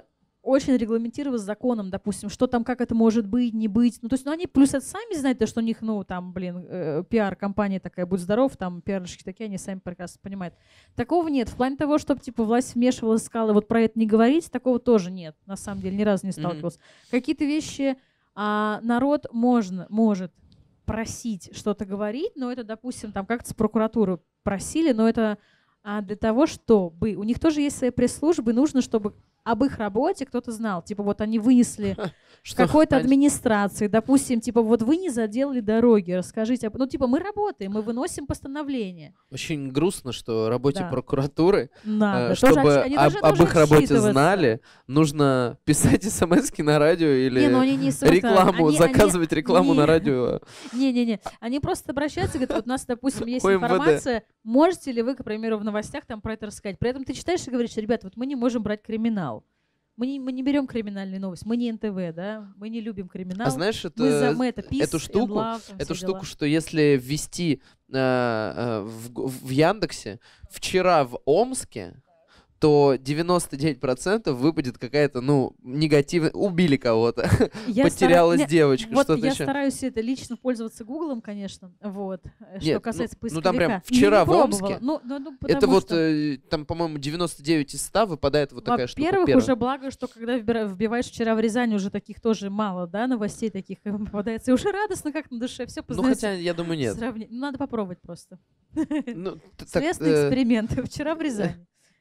очень регламентировано законом, допустим, что там, как это может быть, не быть. Ну, то есть, ну, они плюс это сами знают, то, что у них, ну, там, блин, э, пиар-компания такая, будь здоров, там, пиарщики такие, они сами прекрасно понимают. Такого нет. В плане того, чтобы, типа, власть вмешивалась, сказала, вот про это не говорить, такого тоже нет, на самом деле, ни разу не сталкивался. Mm-hmm. Какие-то вещи а, народ можно, может просить что-то говорить, но это, допустим, там как-то с прокуратуры просили, но это а, для того, чтобы... У них тоже есть свои пресс-службы, нужно, чтобы об их работе кто-то знал. Типа вот они вынесли какой-то администрации, допустим, типа вот вы не заделали дороги, расскажите. Об... Ну типа мы работаем, мы выносим постановление. Очень грустно, что работе да. прокуратуры, Надо. э, чтобы тоже, они об, об их работе знали, нужно писать смс-ки на радио или не, ну, они не рекламу, они, заказывать они, рекламу не, на радио. Не-не-не, они просто обращаются, говорят, вот у нас, допустим, есть информация, можете ли вы, к примеру, в новостях там про это рассказать. При этом ты читаешь и говоришь, ребята, вот мы не можем брать криминал. Мы не, мы не берем криминальные новости, мы не эн тэ вэ, да, мы не любим криминал. А знаешь, это, мы за, мы это peace эту штуку, love, эту штуку, что если ввести э, э, в, в Яндексе вчера в Омске, то девяносто девять процентов выпадет какая-то, ну, негативная... Убили кого-то, я потерялась стар... девочка, вот что-то я еще. стараюсь это лично пользоваться Гуглом, конечно, вот, Нет, что касается ну, поисковика. Ну, там прям вчера в Омске, ну, ну, ну, это вот, что... э, там, по-моему, девяносто девять из ста выпадает вот такая штука. Во-первых, уже благо, что когда вбиваешь вчера в Рязани, уже таких тоже мало, да, новостей таких попадается, и уже радостно как на душе, все познается. Ну, хотя, я думаю, нет. Сравни... Ну, надо попробовать просто. Ну, Словесный эксперимент. Вчера в Рязани.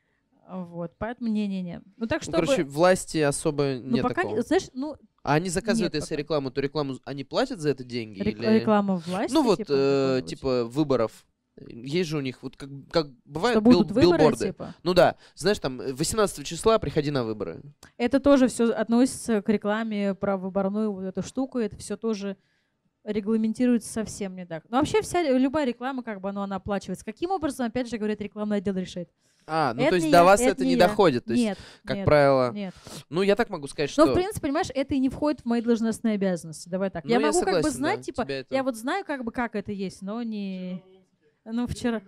Вот, поэтому не-не-не. Ну так чтобы... Ну, короче, власти особо нет ну, пока такого. Не, знаешь, ну... А они заказывают, нет если пока. рекламу, то рекламу они платят за это деньги? Рек- или... Реклама власти? Ну вот, типа, э, типа выборов. Есть же у них, вот как, как бывают бил- бил- выборы, билборды. Типа? Ну да, знаешь, там восемнадцатого числа приходи на выборы. Это тоже все относится к рекламе про выборную вот эту штуку, это все тоже регламентируется совсем не так. Но вообще вся, любая реклама, как бы, ну, она оплачивается. Каким образом, опять же, говорят, рекламный отдел решает? А, ну это то есть не до я, вас это это не не я. доходит. То есть, нет, как нет, правило. Нет. Ну, я так могу сказать, что. Но, в принципе, понимаешь, это и не входит в мои должностные обязанности. Давай так. Ну, я я могу согласен, как бы знать, да, типа, это... я вот знаю, как бы, как это есть, но не. Ну, вчера.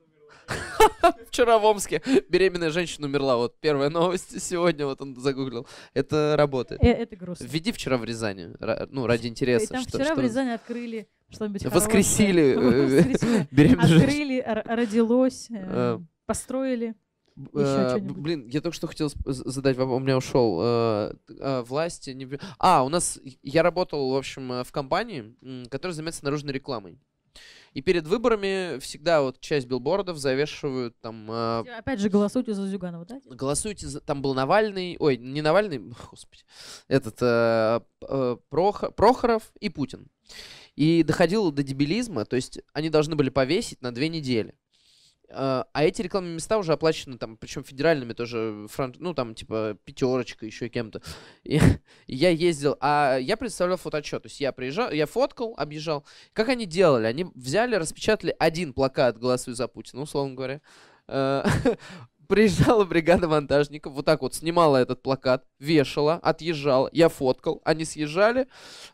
Вчера в Омске беременная женщина умерла. Вот первая новость сегодня, вот он загуглил. Это работает. Это грустно. Введи вчера в Рязани, ну, ради интереса. И там что, вчера что... в Рязани открыли что-нибудь Воскресили беременную женщину. Открыли, родилось, построили. Uh, блин, я только что хотел задать вам, у меня ушел uh, uh, власти. Не... А, у нас, я работал, в общем, в компании, которая занимается наружной рекламой. И перед выборами всегда вот часть билбордов завешивают там... Uh, Опять же, голосуйте за Зюганова, да? Голосуйте за... Там был Навальный, ой, не Навальный, господи, этот uh, uh, Прох... Прохоров и Путин. И доходило до дебилизма, то есть они должны были повесить на две недели. Uh, а эти рекламные места уже оплачены, там, причем федеральными тоже, фран... ну, там, типа, пятерочка, еще кем-то. И, и я ездил, а я представлял фотоотчет. То есть я приезжал, я фоткал, объезжал. Как они делали? Они взяли, распечатали один плакат «Голосуй за Путина», условно говоря. Uh, приезжала бригада монтажников, вот так вот снимала этот плакат, вешала, отъезжала. Я фоткал, они съезжали,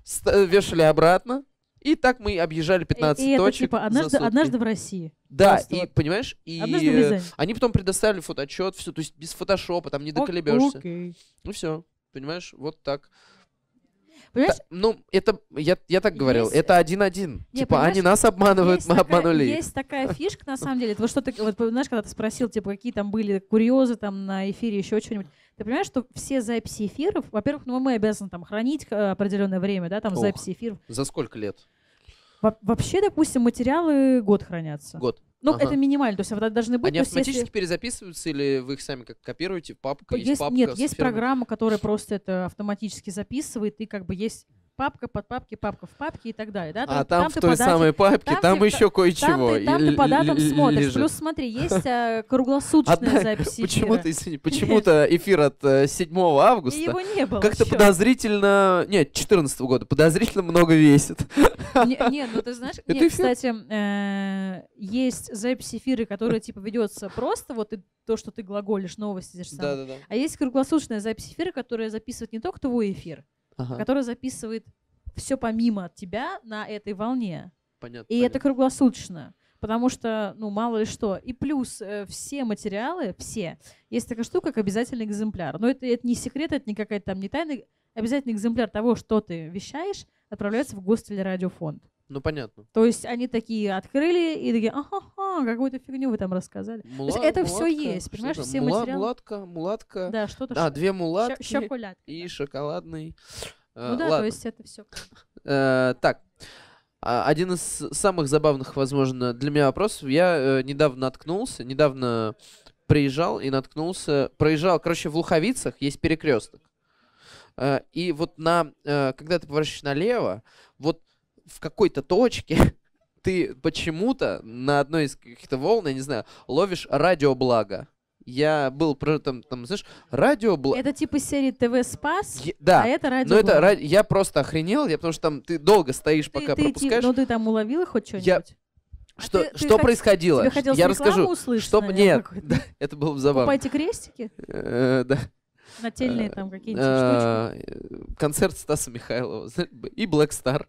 вешали обратно. И так мы объезжали пятнадцать и, и точек. Это, типа, однажды, однажды в России. Да, Просто и вот. Понимаешь, и они потом предоставили фотоотчет, все, то есть без фотошопа, там не доколебешься. Okay. Ну все, понимаешь, вот так. Понимаешь? Да, ну, это, я, я так говорил, есть... это один-один. Не, типа, они нас обманывают, мы такая, обманули их. Есть такая фишка, на самом деле. Это вот что ты, вот, знаешь, когда ты спросил, типа, какие там были курьезы там на эфире, еще что-нибудь. Ты понимаешь, что все записи эфиров, во-первых, ну, мы обязаны там хранить определенное время, да, там Ох, записи эфиров. За сколько лет? Во- вообще, допустим, материалы год хранятся. Год. Ну, ага. это минимально, то есть вот должны быть... Они автоматически если... перезаписываются или вы их сами как копируете? Папка, есть, есть папка? Нет, есть фирмы? программа, которая просто это автоматически записывает, и как бы есть... папка под папки, папка в папке и так далее. Да? Там, а там, там в той дате, самой папке, там, там еще кое-чего. Там, ты, там ты по датам смотришь. Плюс смотри, есть а, круглосуточная запись эфира. Почему-то, извини, почему-то эфир от э, седьмого августа его не было. Как-то еще. подозрительно... Нет, четырнадцатого года. Подозрительно много весит. Нет, ну ты знаешь... Нет, кстати, есть запись эфира, которая типа ведется просто, вот то, что ты глаголишь, новости. А есть круглосуточная запись эфира, которая записывает не только твой эфир, которая записывает все помимо тебя на этой волне. Понятно. И понятно. это круглосуточно. Потому что, ну, мало ли что. И плюс э, все материалы, все, есть такая штука, как обязательный экземпляр. Но это, это не секрет, это не какая-то там не тайна. Обязательный экземпляр того, что ты вещаешь, отправляется в Гостелерадиофонд. Ну, понятно. То есть они такие открыли и такие, ага, какую-то фигню вы там рассказали. Мула, То есть это мулатка, все есть, понимаешь, все Мула, материалы. Мулатка, мулатка. Да, что-то. А, ш... две мулатки Шоколад. и шоколадный. Ну А, да, ладно. то есть это все. Э, так, а, один из самых забавных, возможно, для меня вопросов. Я э, недавно наткнулся, недавно приезжал и наткнулся, проезжал, короче, в Луховицах есть перекресток. Э, и вот на, э, когда ты поворачиваешь налево, вот в какой-то точке ты почему-то на одной из каких-то волн, я не знаю, ловишь радиоблаго. Я был про там, там знаешь, радиоблаго. Это типа серии ТВ Спас, Я, да, а это радио. но это ради... я просто охренел, я потому что там ты долго стоишь, ты, пока ты, пропускаешь. Ну ты там уловила хоть что-нибудь? Я... А Что, ты- ты что хот- происходило? Тебе хотелось Я рекламу расскажу. услышать, Что... наверное, Нет, какую-то? да, это было бы забавно. Покупайте крестики, Э, да. нательные там какие-нибудь штучки. Э, Концерт Стаса Михайлова знаешь, и Black Star.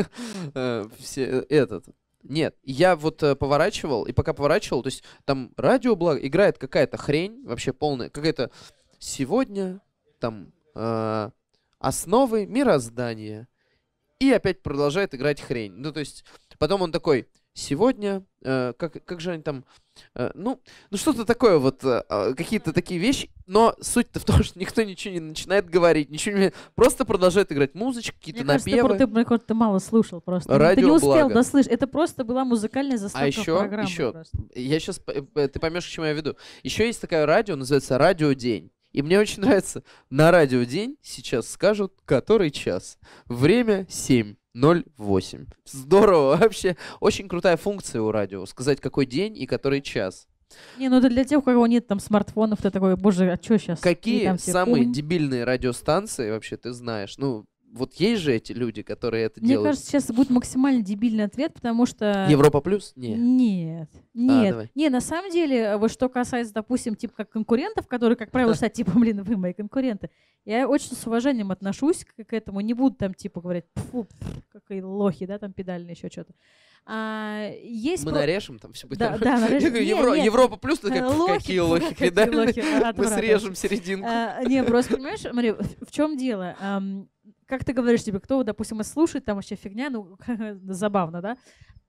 Э, все этот. Нет, я вот э, поворачивал, и пока поворачивал, то есть там радиоблаго, играет какая-то хрень, вообще полная, какая-то сегодня, там, э, основы мироздания. И опять продолжает играть хрень. Ну, то есть, потом он такой, сегодня, э, как, как же они там, э, ну, ну что-то такое вот, э, э, какие-то такие вещи, но суть-то в том, что никто ничего не начинает говорить, ничего не... Просто продолжает играть музычки, какие-то Мне кажется, напевы. ты, ты, ты, ты мало слушал просто. Ты не Радиоблаго. успел дослышать. Это просто была музыкальная заставка А еще, программы. еще, просто. я сейчас, ты поймешь, к чему я веду. Еще есть такое радио, называется «Радио День». И мне очень нравится, на «Радио День» сейчас скажут, который час. Время семь ноль восемь. Здорово, вообще. Очень крутая функция у радио. Сказать, какой день и который час. Не, ну это для тех, у кого нет там смартфонов, ты такой, боже, а что сейчас? Какие самые дебильные радиостанции вообще ты знаешь? Ну, вот есть же эти люди, которые это Мне делают. кажется, сейчас будет максимально дебильный ответ, потому что... Европа плюс? Нет. Нет. Нет. давай. Не, на самом деле, вот что касается, допустим, типа как конкурентов, которые, как правило, кстати, типа, блин, вы мои конкуренты, я очень с уважением отношусь к, к этому. Не буду там, типа, говорить, фу, какие лохи, да, там педальные, еще что-то. А, есть Мы про- нарежем там все будет Да, нормально. да, нарежем. Я говорю, Не, Евро- нет. Европа плюс, ты Э, как, лохи, какие лохи какие педальные. лохи, Мы отвратно. срежем серединку. А, не, просто, понимаешь, смотри, в, в чем дело? Ам, как ты говоришь, тебе, кто, допустим, слушает, там вообще фигня, ну, забавно, да?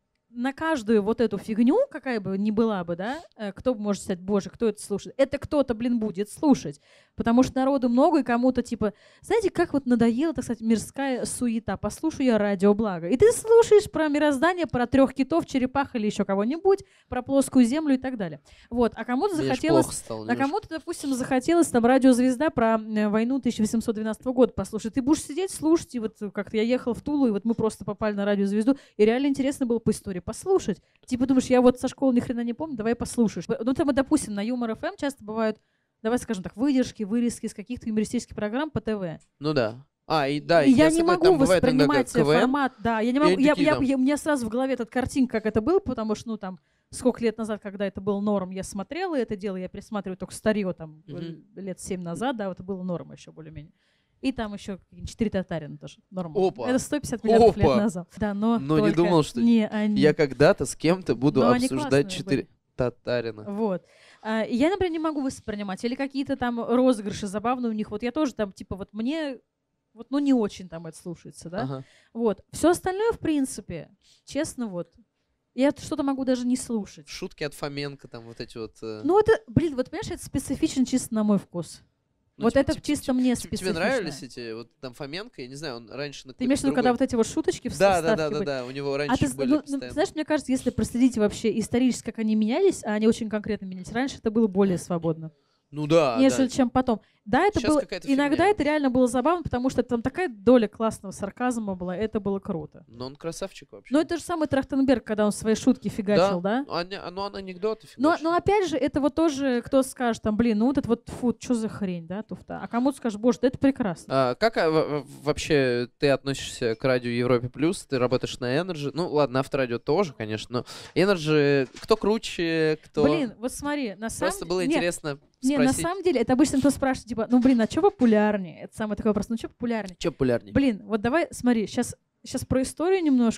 На каждую вот эту фигню, какая бы ни была бы, да, э, кто бы может сказать, боже, кто это слушает? Это кто-то, блин, будет слушать. Потому что народу много, и кому-то, типа, знаете, как вот надоела, так сказать, мирская суета. Послушаю я радиоблаго. И ты слушаешь про мироздание, про трех китов, черепах или еще кого-нибудь, про плоскую землю и так далее. Вот. А кому-то Мне аж захотелось... плохо стало А немножко. кому-то, допустим, захотелось там радиозвезда про э, войну тысяча восемьсот двенадцатого года послушать. Ты будешь сидеть, слушать, и вот как-то я ехал в Тулу, и вот мы просто попали на радиозвезду, и реально интересно было по истории послушать. Типа думаешь, я вот со школы ни хрена не помню, давай послушаешь. Ну там, допустим, на Юмор ФМ часто бывают, давай скажем так, выдержки, вырезки из каких-то юмористических программ по ТВ. Ну да. А, и да, И я с не тобой, могу там бывает иногда воспринимать КВН. формат, да, я не могу, они я, такие я- там. я- у меня сразу в голове эта картинка, как это было, потому что, ну там, сколько лет назад, когда это был норм, я смотрела это дело, я пересматриваю только старье, там, Мгм. лет семь назад, да, вот это было норма еще более-менее. И там еще четыре татарина тоже, норма. Опа. Это сто пятьдесят миллиардов лет Опа. назад. Да, но Но не только думал, что не они. Я когда-то с кем-то буду Но они обсуждать классные четыре были. татарина. Вот. А, и я, например, не могу воспринимать. Или какие-то там розыгрыши забавные у них. Вот я тоже там, типа, вот мне, вот, ну, не очень там это слушается, да? Ага. Вот. Все остальное, в принципе, честно, вот, я что-то могу даже не слушать. Шутки от Фоменко, там вот эти вот... э, Ну, это, блин, вот, понимаешь, это специфично чисто на мой вкус. ну, вот типа, это типа, чисто типа, мне типа, специфично. Тебе нравились эти, вот там Фоменко, я не знаю, он раньше на Ты имеешь в виду, когда вот другой- эти вот шуточки в Да, да, вставке да, да, были? да, у него А раньше ты, их з- были ну, ну, постоянно. знаешь, мне кажется, если проследить вообще исторически, как они менялись, а они очень конкретно менялись, раньше это было более свободно, Ну да, нежели да. чем потом. Да, это Сейчас было... какая-то Иногда фигня. это реально было забавно, потому что там такая доля классного сарказма была, это было круто. Но он красавчик вообще. Но это же самый Трахтенберг, когда он свои шутки фигачил, да? Ну, ане- ну, он анекдоты Но, фигачит. но опять же, это вот тоже, кто скажет, там, блин, ну вот это вот, фу, что за хрень, да, туфта. А кому-то скажешь, боже, да это прекрасно. А, как а, в- в- вообще ты относишься к радио Европе Плюс? Ты работаешь на Energy. Ну ладно, Авторадио тоже, конечно, но Energy, кто круче, кто... Блин, вот смотри, на самом Просто было Нет, интересно Не, на спросить, самом деле, это обычно кто спрашивает, типа, ну, блин, а что популярнее? Это самый такой вопрос, ну, что популярнее? что популярнее. Блин, вот давай, смотри, сейчас, сейчас про историю немножко.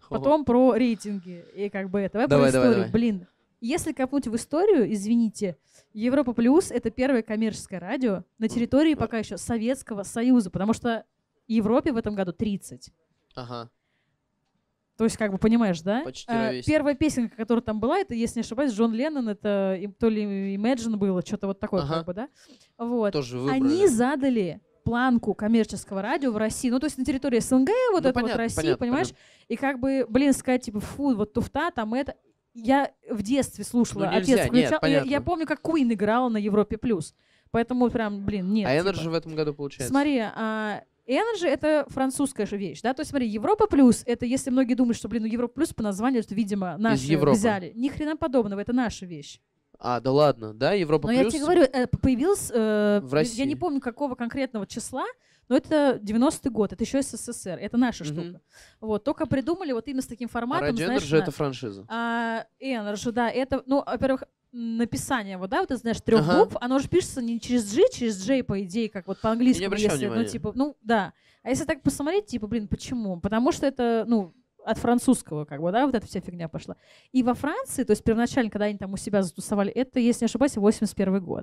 потом про рейтинги. И как бы это. Давай, Давай, про давай, историю. давай. Блин, если копнуть в историю, извините, Европа Плюс — это первое коммерческое радио на территории пока еще Советского Союза, потому что Европе в этом году тридцать. Ага. То есть, как бы, понимаешь, да? Почти А, ровесник. первая песенка, которая там была, это, если не ошибаюсь, Джон Леннон, это им- то ли Imagine было, что-то вот такое, Ага. как бы, да? Вот. Тоже выбрали. Они задали планку коммерческого радио в России, ну, то есть на территории СНГ, вот Ну, это понятно, вот России, понятно, понимаешь? И как бы, блин, сказать, типа, фу, вот туфта, там это... Я в детстве слушала, Ну, нельзя, отец включал, нет, я, понятно. я помню, как Queen играла на Европе+. плюс, Поэтому прям, блин, нет. А типа. Energy в этом году получается? Смотри, а, Energy — это французская же вещь, да, то есть смотри, Европа Плюс — это, если многие думают, что, блин, ну Европа Плюс по названию, это, видимо, наши Европы. взяли. Ни хрена подобного, это наша вещь. А, да ладно, да, Европа Но плюс. я тебе говорю, э, появился, э, В России. я не помню какого конкретного числа, но это девяностый год, это еще СССР, это наша Мгм. штука. Вот, только придумали вот именно с таким А форматом, Радио знаешь, Energy на- это франшиза. А, Energy, да, это, ну, во-первых, написание, вот, да, вот ты знаешь, трех Ага. букв, оно же пишется не через G, через J, по идее, как вот по-английски, Я не обращал если, ну, внимания. типа, ну, да. А если так посмотреть, типа, блин, почему? Потому что это, ну, от французского, как бы, да, вот эта вся фигня пошла. И во Франции, то есть первоначально, когда они там у себя затусовали, это, если не ошибаюсь, восемьдесят первый год.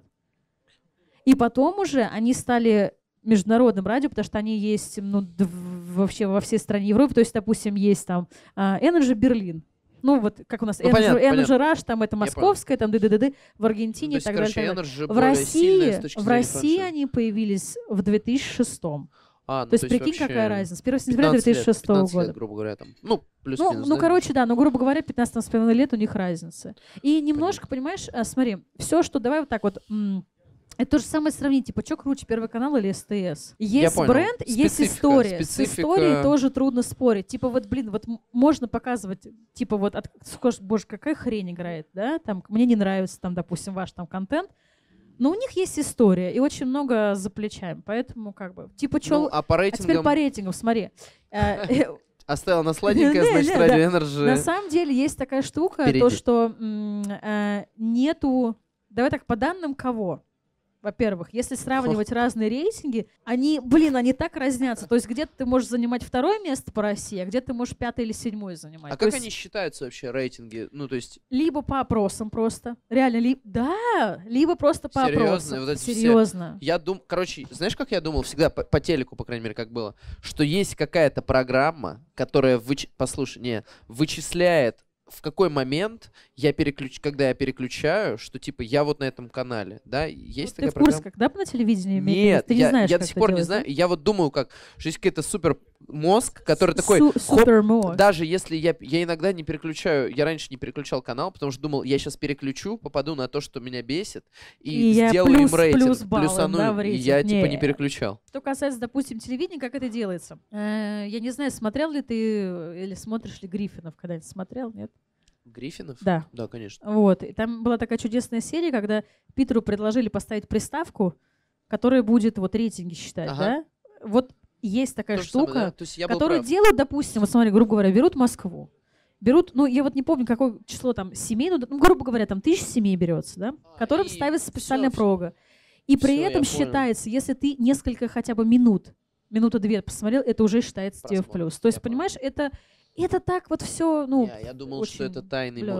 И потом уже они стали международным радио, потому что они есть, ну, дв- вообще во всей стране Европы, то есть, допустим, есть там а, Energy Берлин. Ну, вот как у нас Ну, Energy, понятно, Energy понятно. Rush, там это Я московская, там ДДД, в Ну, Аргентине то и есть, так далее. короче, так далее. Energy В более сильная России, с точки в зрения России франшизы. они появились в две тысячи шестом. А, ну, То есть, есть прикинь, вообще какая разница. С первого сентября пятнадцать лет, две тысячи шестого пятнадцать лет, года. грубо говоря, там. Ну, Ну, плюс-минус, ну, да? короче, да, ну, грубо говоря, пятнадцать с половиной лет у них разница. И немножко, понимаешь, а, смотри, все, что, давай вот так вот, м, это то же самое сравнить, типа, что круче, Первый канал или СТС? Есть понял. бренд, есть Специфика, история. С специфика. историей тоже трудно спорить. Типа, вот, блин, вот м- можно показывать, типа, вот, от, скажешь, боже, какая хрень играет, да, там, мне не нравится, там, допустим, ваш там контент, но у них есть история и очень много за плечами, поэтому, как бы, типа, чё... Ну, а по а теперь рейтингам по рейтингам, смотри. Э, оставил на сладенькое, Не, значит, не, Радио На Energy. самом деле есть такая штука, Впереди. то, что м, э, нету... Давай так, по данным кого? Во-первых, если сравнивать разные рейтинги, они, блин, они так разнятся. То есть где-то ты можешь занимать второе место по России, а где-то ты можешь пятое или седьмое занимать. А То как есть они считаются вообще, рейтинги? Ну, то есть, либо по опросам просто. Реально, ли... да, либо просто по Серьезно? опросам. Вот эти все- Серьезно. я думаю, короче, знаешь, как я думал всегда, по, по телеку, по крайней мере, как было, что есть какая-то программа, которая, выч... послушай, не, вычисляет, в какой момент я переключ... когда я переключаю, что типа я вот на этом канале, да, есть Ты такая в курсе, программа? когда бы на телевидении имеет Нет, место? Ты не я, знаешь, я как до сих это пор не делать, знаю. да? И я вот думаю, как, что есть какой-то супер мозг, который такой, Су- хоп, супермозг. даже если я, я иногда не переключаю, я раньше не переключал канал, потому что думал, я сейчас переключу, попаду на то, что меня бесит, и, И я сделаю плюс- им рейтинг, плюс баллом, плюсану да, им, в и рейтинг. я типа не Не. переключал. Что касается, допустим, телевидения, как это делается? Э, Я не знаю, смотрел ли ты э, или смотришь ли Гриффинов когда-нибудь? Смотрел, нет? Гриффинов? Да. Да, конечно. Вот. И там была такая чудесная серия, когда Питеру предложили поставить приставку, которая будет вот рейтинги считать, Ага. да? Вот есть такая То же самое, штука, да? То есть я был которую прав. делают, допустим, вот смотри, грубо говоря, берут Москву. Берут, ну, я вот не помню, какое число там семей, ну, ну, грубо говоря, там тысяча семей берется, да, А, которым и ставится всё, специальная всё. прога. И при Всё, я этом понял. считается, если ты несколько хотя бы минут, минуты две посмотрел, это уже считается тебе в Просмотр, плюс. То есть, я понял. понимаешь, это, это так вот все, ну, Не, я думал, что очень это тайный, мо- блёр.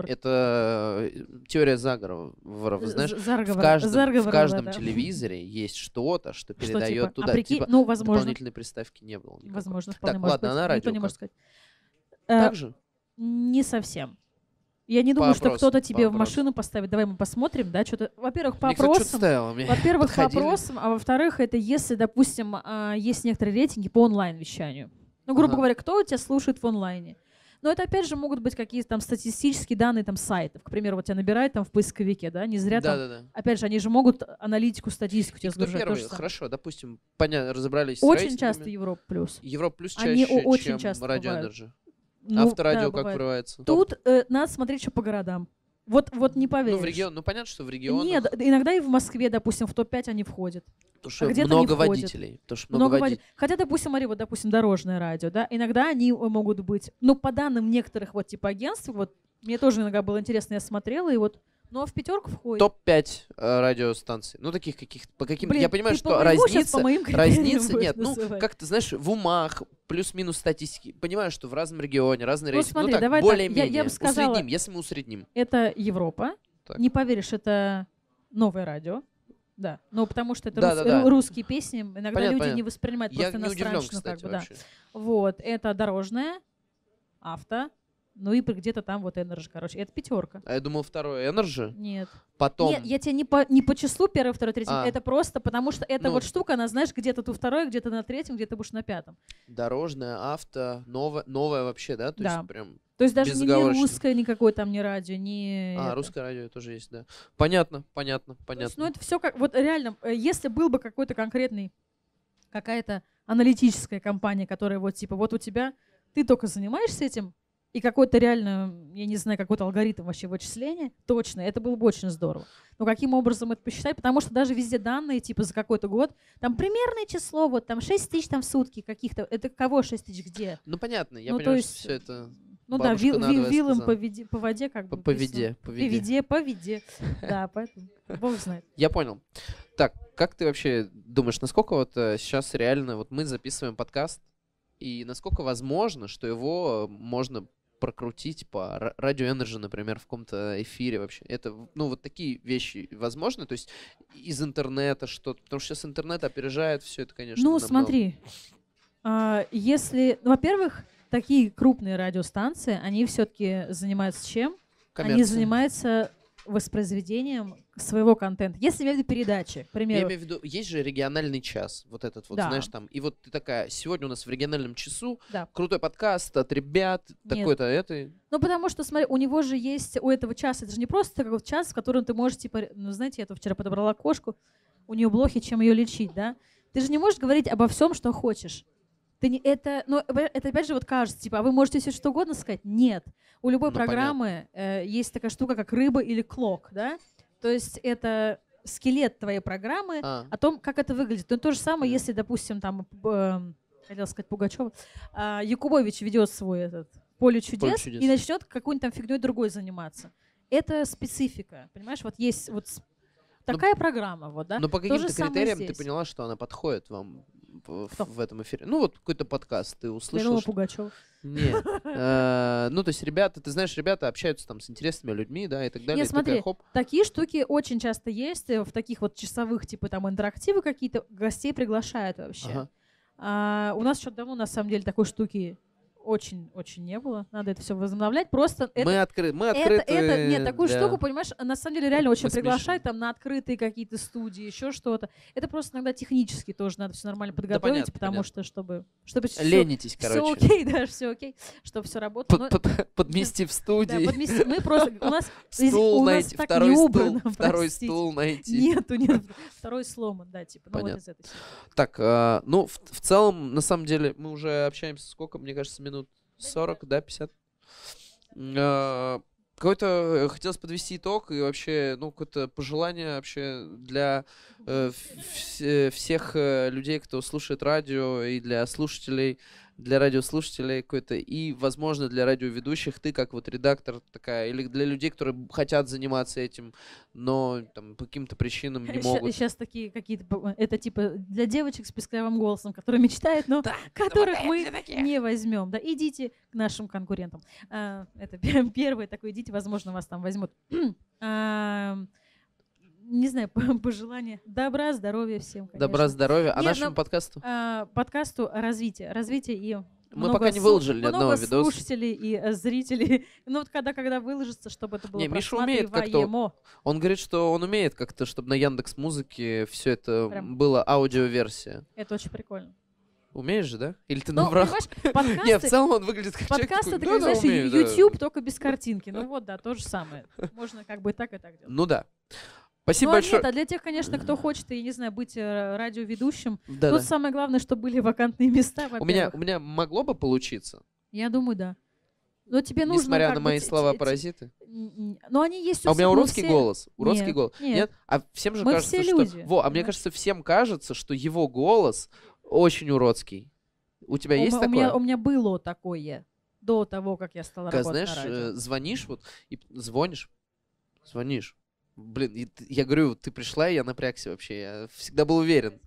это э, теория заговора. Знаешь, з- в заговор- каждом, в заговора, каждом да. телевизоре есть что-то, что Что, передает типа, туда. а прикинь, Типа, ну, возможно, дополнительной приставки не было никакой. возможно, вполне Так, может ладно, быть. а на Никто радио не как? может сказать. Э, Так же? Не совсем. Я не думаю, что опросам, кто-то по тебе в опросам. машину поставит. Давай мы посмотрим, да, что-то. Во-первых, по Мне, кстати, что-то опросам. ставило, мне Во-первых, по подходили. опросам, а во-вторых, это если, допустим, а, есть некоторые рейтинги по онлайн-вещанию. Ну, грубо Ага. говоря, кто у тебя слушает в онлайне. Но это, опять же, могут быть какие-то там статистические данные там сайтов. К примеру, вот тебя набирают там в поисковике, да, не зря там. Да-да-да. Опять же, они же могут аналитику, статистику тебе Кто сгружать. то первый? же самое. Хорошо, допустим, понятно, разобрались с Очень рейтингами. часто Европа плюс. Европа плюс Они чаще, о- очень чем часто Радио бывают. Energy. Ну, Авторадио да, как бывает. вырывается? Тут э, надо смотреть еще по городам. Вот, вот не поверишь. Ну, в регион, ну, понятно, что в регионах, Нет, иногда и в Москве, допустим, в топ пять они входят. потому что а где-то много не входят. водителей. Потому что много, Много водителей. води- Хотя, допустим, смотри, вот, допустим, дорожное радио, да, иногда они э, могут быть, ну, по данным некоторых вот типа агентств, вот, мне тоже иногда было интересно, я смотрела, и вот Но в пятерку входит. топ пять э, радиостанций. Ну, таких каких-то, по каким Блин, я понимаю, ты что по моему щас разница, по моим критериям разница, будешь нет, ну, называть. как ты знаешь, в умах, плюс-минус статистики. Понимаю, что в разном регионе, разный Ну, рейтинг. смотри, ну, так, давай так, более-менее. я- я бы сказала- Усредним, если мы усредним. Это Европа. Так. Не поверишь, это новое радио. Да. Ну, потому что это Да, рус- да, да. ру- русские песни. Иногда Понятно, люди понятно. не воспринимают Я просто не удивлен, иностранщину, кстати, как бы, да. вообще. Вот. Это дорожная, авто, ну и при- где-то там вот Energy, короче. Это пятерка. А я думал, второй Energy, Нет. потом... Нет, я тебе не по, не по числу первый, второй, третий. А. Это просто потому, что эта Ну. вот штука, она, знаешь, где-то ты второй, где-то на третьем, где-то будешь на пятом. Дорожная, авто, новая, новая вообще, да? То Да. есть прям... То есть даже не, не Безоговорочно. русское никакое там, не радио, не... А, это. русское радио тоже есть, да. Понятно, понятно, То есть, понятно. ну это все как... Вот реально, э, если был бы какой-то конкретный, какая-то аналитическая компания, которая вот типа, вот у тебя, ты только занимаешься этим, и какой-то реально, я не знаю, какой-то алгоритм вообще вычисления, точно, это было бы очень здорово. Но каким образом это посчитать? Потому что даже везде данные, типа, за какой-то год, там примерное число, вот там шесть тысяч там в сутки каких-то. Это кого шесть тысяч где? Ну, понятно, я Ну, то понимаю, есть, что все это... Ну да, Бабушка вил, ви- надвое вилом сказала. по, виде, по воде как По, бы. по написано. виде, по По виде. виде, по виде. Да, поэтому бог знает. Я понял. Так, как ты вообще думаешь, насколько вот э, сейчас реально, вот мы записываем подкаст, и насколько возможно, что его э, можно прокрутить по ра- радио Energy, например, в каком-то эфире вообще? Это, ну, вот такие вещи возможны? То есть из интернета что-то? Потому что сейчас интернет опережает все это, конечно, Ну, намного. смотри, а, если, ну, во-первых, такие крупные радиостанции, они все-таки занимаются чем? Они Коммерция. занимаются воспроизведением своего контента. Если иметь в виду передачи, к Я примеру, имею в виду, есть же региональный час, вот этот вот, Да. знаешь, там, и вот ты такая, сегодня у нас в региональном часу да. крутой подкаст от ребят, Нет. такой-то, это... Ну, потому что, смотри, у него же есть, у этого часа, это же не просто такой вот час, в котором ты можешь, типа, ну, знаете, я тут вчера подобрала кошку, у нее блохи, чем ее лечить, да? Ты же не можешь говорить обо всем, что хочешь. Ты не, это, ну, это опять же вот кажется, типа, а вы можете все что угодно сказать? Нет. У любой Ну, программы э, есть такая штука, как рыба или клок, да? То есть это скелет твоей программы А, о том, как это выглядит. Ну, то же самое, Мгм. если, допустим, там, э, хотела сказать Пугачева, э, Якубович ведет свой этот «Поле чудес», чудес. и начнет какой-нибудь там фигней другой заниматься. Это специфика, понимаешь? Вот есть вот с- такая программа, вот, да? но по То каким-то же самое критериям ты здесь. поняла, что она подходит вам в, Кто? в этом эфире? Ну, вот какой-то подкаст ты Я услышал, думала, что... Пугачева. Нет. Э, Ну, то есть ребята, ты знаешь, ребята общаются там с интересными людьми, да, и так далее. Не, и ты такая, смотри, хоп. такие штуки очень часто есть э, в таких вот часовых, типа там интерактивы какие-то, гостей приглашают вообще. Ага. А, у нас еще давно, на самом деле, такой штуки очень-очень не было. Надо это все возобновлять. Просто это, Мы открыты, мы это, открыты. это, нет, такую для- штуку, понимаешь, на самом деле реально очень Мы смешиваем. приглашают там на открытые какие-то студии, еще что-то. Это просто иногда технически тоже надо все нормально подготовить, понятно, потому понятно. что, чтобы, чтобы все, Ленитесь, все короче. окей, да, все окей, чтобы все работало. Под- Но- под- Подмести в да, студии. подмести- мы просто, у нас, здесь- Стул у нас найти, так второй не стул, убрано, второй простите. стул найти. Нету, нет, второй сломан, да, типа, ну вот Понятно. из этой серии. Так, а, ну, в, в целом, на самом деле, мы уже общаемся сколько, мне кажется, минут сорок, да, пятьдесят. А, Какой-то э, хотелось подвести итог и вообще, ну, какое-то пожелание вообще для э, в- вс- всех э, людей, кто слушает радио, и для слушателей, для радиослушателей какой-то, и, возможно, для радиоведущих, ты как вот редактор такая, или для людей, которые хотят заниматься этим, но там по каким-то причинам не могут. Сейчас такие какие-то, б- это типа для девочек с писклявым голосом, которые мечтают, но которых мы не возьмем. Да, идите к нашим конкурентам. А, это пе- первое такое, идите, возможно, вас там возьмут. А, не знаю, п- пожелания. Добра, здоровья всем, конечно. Добра, здоровья. А Нет, нашему ну, подкасту? А, подкасту развитие. Развитие и Мы много пока не слу- выложили ни одного много видоса. слушателей и э, зрителей. Ну вот когда, когда выложится, чтобы это было Не, Миша умеет как-то- просматриваемо. Он говорит, что он умеет как-то, чтобы на Яндекс Музыке все это Прям. было аудиоверсия. Это очень прикольно. Умеешь же, да? Или ты Ну, наврал? понимаешь, подкасты, Не, в целом он выглядит как человек подкасты, такой, это, как, «Да-да, знаешь, умею, да». YouTube, только без картинки. Ну вот, да, то же самое. Можно как бы и так, и так делать. Ну да. Спасибо Ну, а большое. нет, а для тех, конечно, кто хочет, я не знаю, быть э, радиоведущим, Да, тут да. самое главное, чтобы были вакантные места, У меня, во-первых. у меня могло бы получиться, Я думаю, да. Но тебе нужно несмотря как на бы мои те- слова те- паразиты. н- н- Но они есть у А у меня всех, мы уродский все- голос. Уродский Нет, голос. нет. А всем же Мы кажется, все что... люди, Во, а мне понимаешь? кажется, всем кажется, что его голос очень уродский. У тебя У есть м- у такое? меня, у меня было такое до того, как я стала Когда, работать знаешь, на радио. э, звонишь вот и п- звонишь, звонишь, Блин, и т- я говорю, ты пришла, и я напрягся вообще. Я всегда был уверен.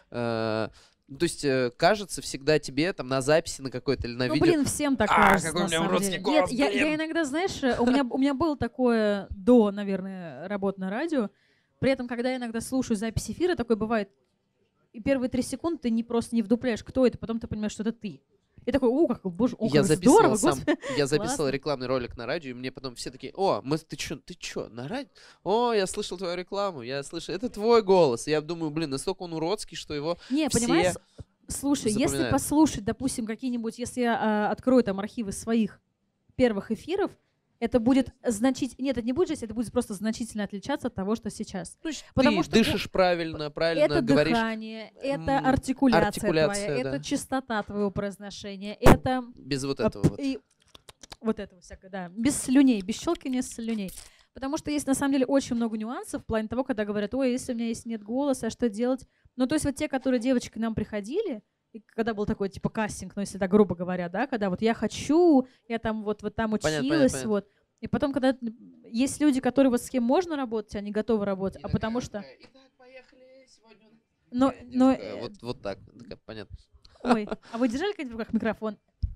Э, ну, то есть, э, кажется, всегда тебе там на записи, на какой-то или на Ну, видео. блин, всем так А, кажется, какой у на меня самом уродский деле. голос, Нет, я, я блин. иногда, знаешь, э, у меня, у меня было такое до, наверное, работы на радио. При этом, когда я иногда слушаю запись эфира, такое бывает, и первые три секунды ты не просто не вдупляешь, кто это, потом ты понимаешь, что это ты. И такой, о, как, боже, о, Я как записывал здорово, сам, господи. я записывал Классно. рекламный ролик на радио, и мне потом все такие, о, мы, ты чё, ты чё, на радио? О, я слышал твою рекламу, я слышал, это твой голос. И я думаю, блин, настолько он уродский, что его Не, все понимаешь, слушай, если запоминают. послушать, допустим, какие-нибудь, если я а, открою там архивы своих первых эфиров, это будет значительно, нет, это не будет жесть, это будет просто значительно отличаться от того, что сейчас. Ну, есть потому ты что дышишь правильно, правильно Это говоришь. дыхание, это м, артикуляция, артикуляция, твоя, да. это частота твоего произношения, это Без вот а, этого п- вот. и вот этого всякое, да, без слюней, без щелкания слюней. Потому что есть на самом деле очень много нюансов в плане того, когда говорят, ой, если у меня есть нет голоса, что делать? Ну, то есть вот те, которые девочки к нам приходили, и когда был такой типа кастинг, ну, если так грубо говоря, да, когда вот я хочу, я там вот, вот там училась, Понятно, понятно, понятно. вот. И потом, когда есть люди, которые вот с кем можно работать, они готовы работать, а потому что... Итак, поехали сегодня. Но, но, Девушка, Вот, вот так, такая, понятно. ой, а вы держали когда-нибудь в руках микрофон?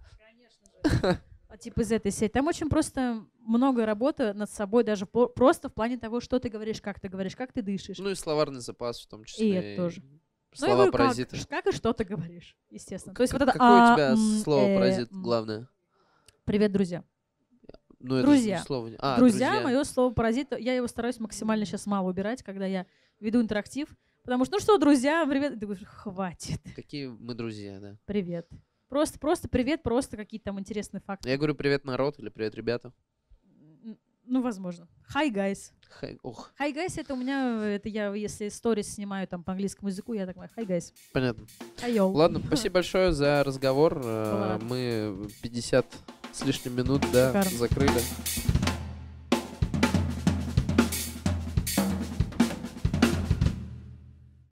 Конечно же. А типа из этой сети. Там очень просто много работы над собой, даже по- просто в плане того, что ты говоришь, как ты говоришь, как ты дышишь. Ну и словарный запас в том числе. И это тоже. Ну, я Слова говорю, как, паразиты. ш- как и что ты говоришь, естественно. То есть вот это Какое у а, тебя м, слово э, паразит м. главное? Привет, друзья. Ну, это Друзья. же слово. не- А, друзья, мое слово паразит, я его стараюсь максимально сейчас мало убирать, когда я веду интерактив. Потому что, ну что, друзья, привет. Ты говоришь, хватит. Какие мы друзья, да. Привет. Просто, просто привет, просто какие-то там интересные факты. Я говорю привет, народ, или привет, ребята. М, Ну, возможно. Hi, guys. Хай, ох, Hi, guys, это у меня, это я, если сторис снимаю там по английскому языку, я так говорю, hi, guys. понятно. Hi, yo. Ладно, спасибо большое за разговор. Э, Была рада. Мы пятьдесят с лишним минут, да, Шикарно. закрыли.